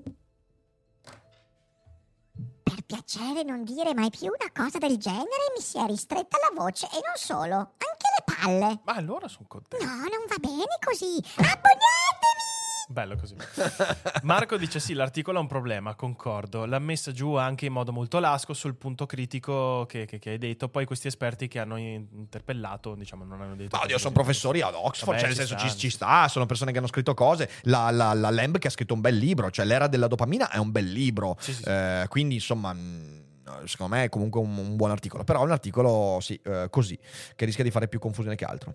Per piacere non dire mai più una cosa del genere, mi si è ristretta la voce e non solo, anche le palle. Ma allora sono contento. No, non va bene così. Abbonatevi! Bello così. Marco dice sì, l'articolo ha un problema, concordo. L'ha messa giù anche in modo molto lasco sul punto critico che, che, che hai detto. Poi questi esperti che hanno interpellato, diciamo, non hanno detto... Ma oddio, sono professori ad Oxford, Vabbè, cioè nel ci senso sta, ci, ci ci sta, sono persone che hanno scritto cose. La, la, la Lamb che ha scritto un bel libro, cioè L'era della dopamina è un bel libro. Sì, sì, sì. Eh, quindi insomma, mh, secondo me è comunque un, un buon articolo. Però è un articolo, sì, eh, così, che rischia di fare più confusione che altro.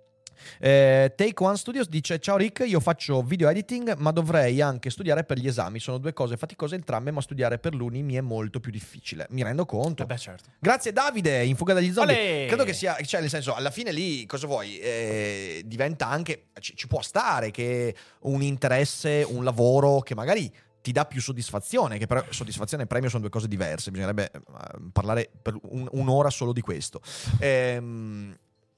Eh, Take One Studios dice: ciao Rick, io faccio video editing ma dovrei anche studiare per gli esami, sono due cose faticose entrambe, ma studiare per l'uni mi è molto più difficile. Mi rendo conto. Eh beh, certo. Grazie Davide, in fuga dagli zombie. Olè! Credo che sia, cioè nel senso, alla fine lì cosa vuoi? Eh, diventa anche, ci, ci può stare che un interesse, un lavoro che magari ti dà più soddisfazione, che però soddisfazione e premio sono due cose diverse, bisognerebbe eh, parlare per un, un'ora solo di questo. Ehm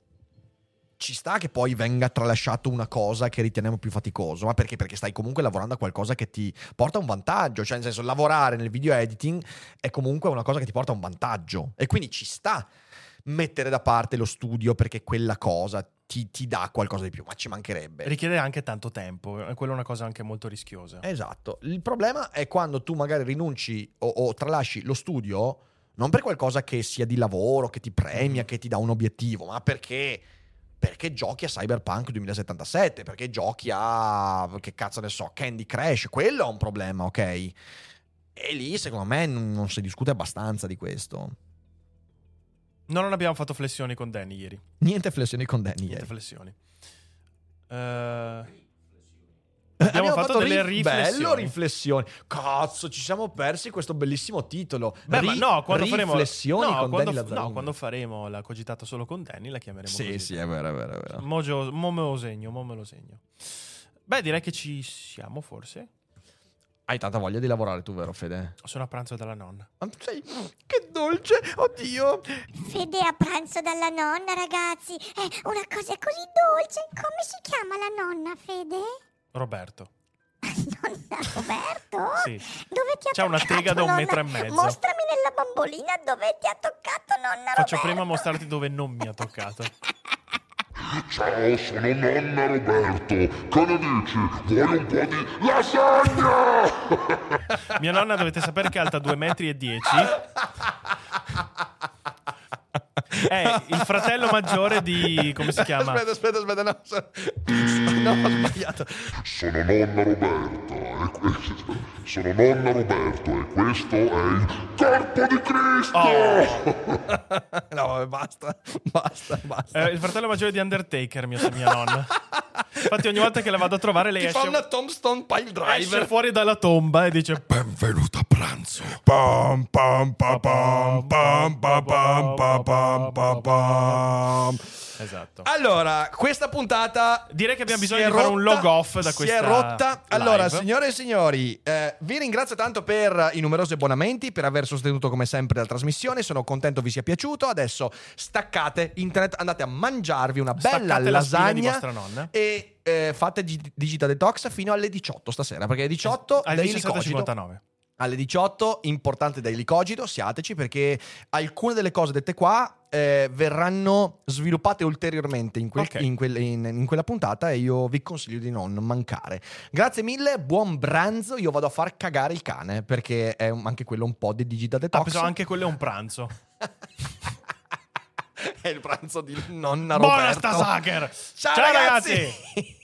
Ci sta che poi venga tralasciato una cosa che riteniamo più faticoso, ma perché? Perché stai comunque lavorando a qualcosa che ti porta un vantaggio, cioè nel senso lavorare nel video editing è comunque una cosa che ti porta un vantaggio e quindi ci sta mettere da parte lo studio perché quella cosa ti, ti dà qualcosa di più, ma ci mancherebbe. Richiede anche tanto tempo, e quella è una cosa anche molto rischiosa. Esatto, il problema è quando tu magari rinunci o, o tralasci lo studio non per qualcosa che sia di lavoro, che ti premia, che ti dà un obiettivo, ma perché... Perché giochi a Cyberpunk duemilasettantasette, perché giochi a, che cazzo ne so, Candy Crush, quello è un problema, ok? E lì secondo me non, non si discute abbastanza di questo. No, non abbiamo fatto flessioni con Danny ieri. Niente flessioni con Danny Niente ieri. flessioni. Eh... Abbiamo, Abbiamo fatto delle ri- riflessioni. Bello riflessioni. Cazzo, ci siamo persi questo bellissimo titolo. Beh, ma Ri- no, quando faremo riflessioni no, con quando, Danny Lazzarini. no, quando faremo la cogitata solo con Danny la chiameremo Sì, così. sì, è vero, è vero, è vero. Mo, gio- mo me lo segno, mo me lo segno. Beh, direi che ci siamo forse. Hai tanta voglia di lavorare tu, vero Fede? Sono a pranzo dalla nonna. Ma sei... Che dolce, oddio. Fede a pranzo dalla nonna, ragazzi. È una cosa così dolce. Come si chiama la nonna, Fede? Roberto. Nonna Roberto? Sì. Dove ti ha C'ha una toccato, tega da un nonna? metro e mezzo. Mostrami nella bambolina dove ti ha toccato, nonna Faccio Roberto. prima mostrarti dove non mi ha toccato. Ciao, sono nonna Roberto. Che ne dici? Vuoi un po' di lasagna? Mia nonna dovete sapere che è alta due metri e dieci. È il fratello maggiore di... come si chiama? Aspetta, aspetta, aspetta, no, so- no, ho sbagliato. Sono nonna Roberta e que- sono nonna Roberto e questo è il corpo di Cristo. Oh. No, vabbè, basta, basta, basta. È il fratello maggiore di Undertaker, mia, mia nonna. Infatti ogni volta che la vado a trovare lei Ti fa esce, una tombstone pile esce driver. fuori dalla tomba e dice... Benvenuto a pranzo. Pam pam pam pam pam pam pam pam pam pam pam. Esatto. Allora, questa puntata Direi che abbiamo si bisogno è di fare un rotta- log off da Si questa è rotta. Allora, live. signore e signori, eh, vi ringrazio tanto per i numerosi abbonamenti, per aver sostenuto come sempre la trasmissione. Sono contento vi sia piaciuto. Adesso staccate internet, andate a mangiarvi una bella Staccate la spina di lasagna vostra nonna. e eh, fate gi- Digital Detox fino alle diciotto stasera, perché alle diciotto Alle Daily diciassette e Cogito. cinquantanove. Alle diciotto, importante Daily Cogito, siateci perché alcune delle cose dette qua eh, verranno sviluppate ulteriormente in, quel- Ok. in, quel- in- in quella puntata e io vi consiglio di non mancare. Grazie mille, buon pranzo, io vado a far cagare il cane perché è un- anche quello un po' di Digital Ah, Detox. pensavo anche quello è un pranzo. È il pranzo di nonna Roberto. Buona sta Sacher! Ciao, Ciao ragazzi! ragazzi!